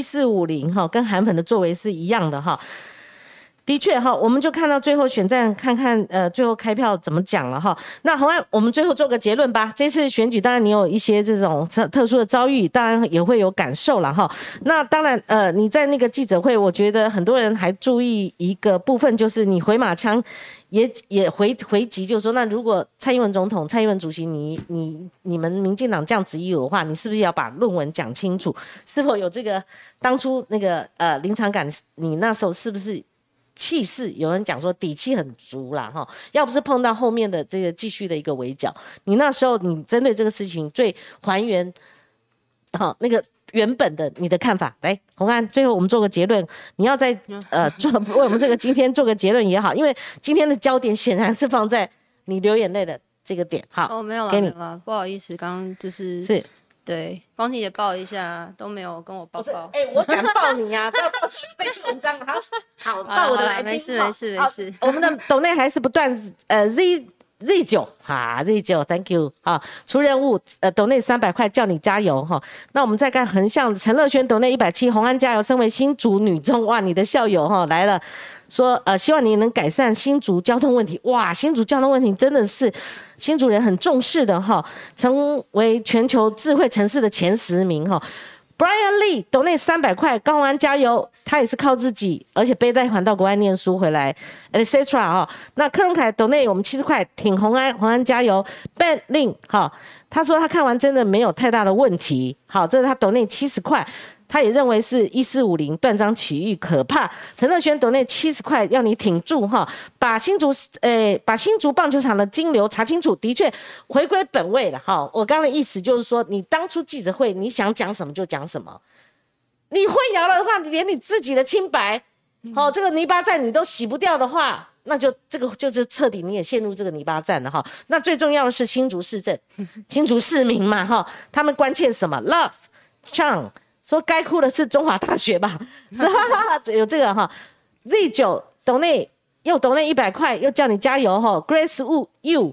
1450哈跟韩粉的作为是一样的哈。的确哈，我们就看到最后选战，看看最后开票怎么讲了哈。那虹安，我们最后做个结论吧。这次选举，当然你有一些这种特殊的遭遇，当然也会有感受了哈。那当然你在那个记者会，我觉得很多人还注意一个部分，就是你回马枪也回击，就是说，那如果蔡英文总统、蔡英文主席，你们民进党这样子有的话，你是不是要把论文讲清楚？是否有这个当初那个临场感？你那时候是不是？气势，有人讲说底气很足啦哈，要不是碰到后面的这个继续的一个围剿，你那时候你针对这个事情最还原好那个原本的你的看法，来虹安，最后我们做个结论，你要在为我们这个今天做个结论也好，因为今天的焦点显然是放在你流眼泪的这个点。好， 没有了，没有了，不好意思，刚刚就是对，光庭姐报一下都没有跟我报告。 我敢报你啊！不要报背出文章。好，报我的来宾。 没事。 我们的抖内还是不断Z9 哈 Z9 Thank you 啊，出任务抖内300块叫你加油哈。那我们再看横向陈乐萱抖内170，虹安加油，身为新竹女中哇，你的校友哈来了。说希望你能改善新竹交通问题。哇，新竹交通问题真的是新竹人很重视的哈，成为全球智慧城市的前10名哈。Brian Lee 抖内300块，高虹安加油，他也是靠自己，而且背贷款到国外念书回来 ，etc. 哈。那柯荣凯抖内我们70块，挺虹安加油。Ben Lin 哈，他说他看完真的没有太大的问题，好，这是他抖内70块。他也认为是1450断章取义可怕。陈乐萱抖内70块，要你挺住哈，把新竹棒球场的金流查清楚。的确回归本位了哈。我刚刚的意思就是说，你当初记者会你想讲什么就讲什么，你混淆了的话，连你自己的清白，这个泥巴战你都洗不掉的话，那就这个就是彻底你也陷入这个泥巴战了哈。那最重要的是新竹市政、新竹市民嘛哈，他们关切什么 ？Love Chang。说该哭的是中华大学吧，有这个哈。Z9 抖内又抖内100块，又叫你加油哈。Grace Wu You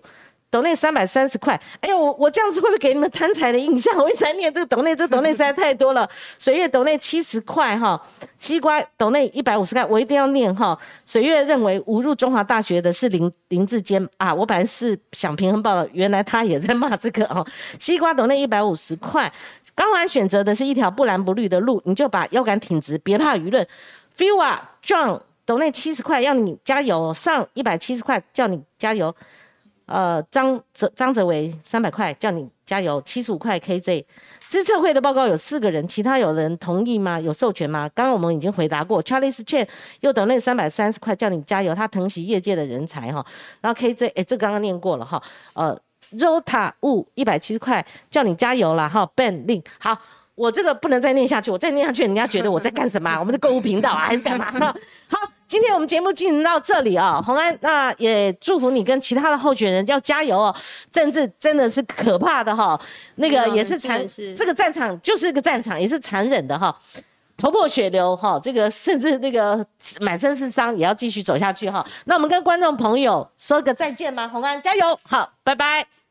斗内330块，哎呦，我这样子会不会给你们贪财的印象？我一直在念这个斗内，这斗内实在太多了。水月斗内70块哈，西瓜斗内150块，我一定要念哈。水月认为误入中华大学的是林志坚啊，我本来是想平衡报的，原来他也在骂这个哦。西瓜斗内150块，高环选择的是一条不蓝不绿的路，你就把腰杆挺直，别怕舆论。Fiwa John 斗内70块，要你加油，上170块，叫你加油。张哲维300块，叫你加油，75块 KJ。资策会的报告有4个人，其他有人同意吗？有授权吗？刚刚我们已经回答过。Charles Chen 又斗内330块，叫你加油，他疼惜业界的人才哈。然后 KJ， 这刚刚念过了哈。Rota Wu 170块，叫你加油啦哈。Ben Lin 好。我这个不能再念下去，我再念下去，人家觉得我在干什么？我们的购物频道啊，还是干嘛？好，今天我们节目进行到这里啊，洪安，那也祝福你跟其他的候选人要加油哦。政治真的是可怕的哈，那个也是这个战场就是一个战场，也是残忍的哈，头破血流哈，这个甚至那个满身是伤也要继续走下去哈。那我们跟观众朋友说个再见吧，洪安加油，好，拜拜。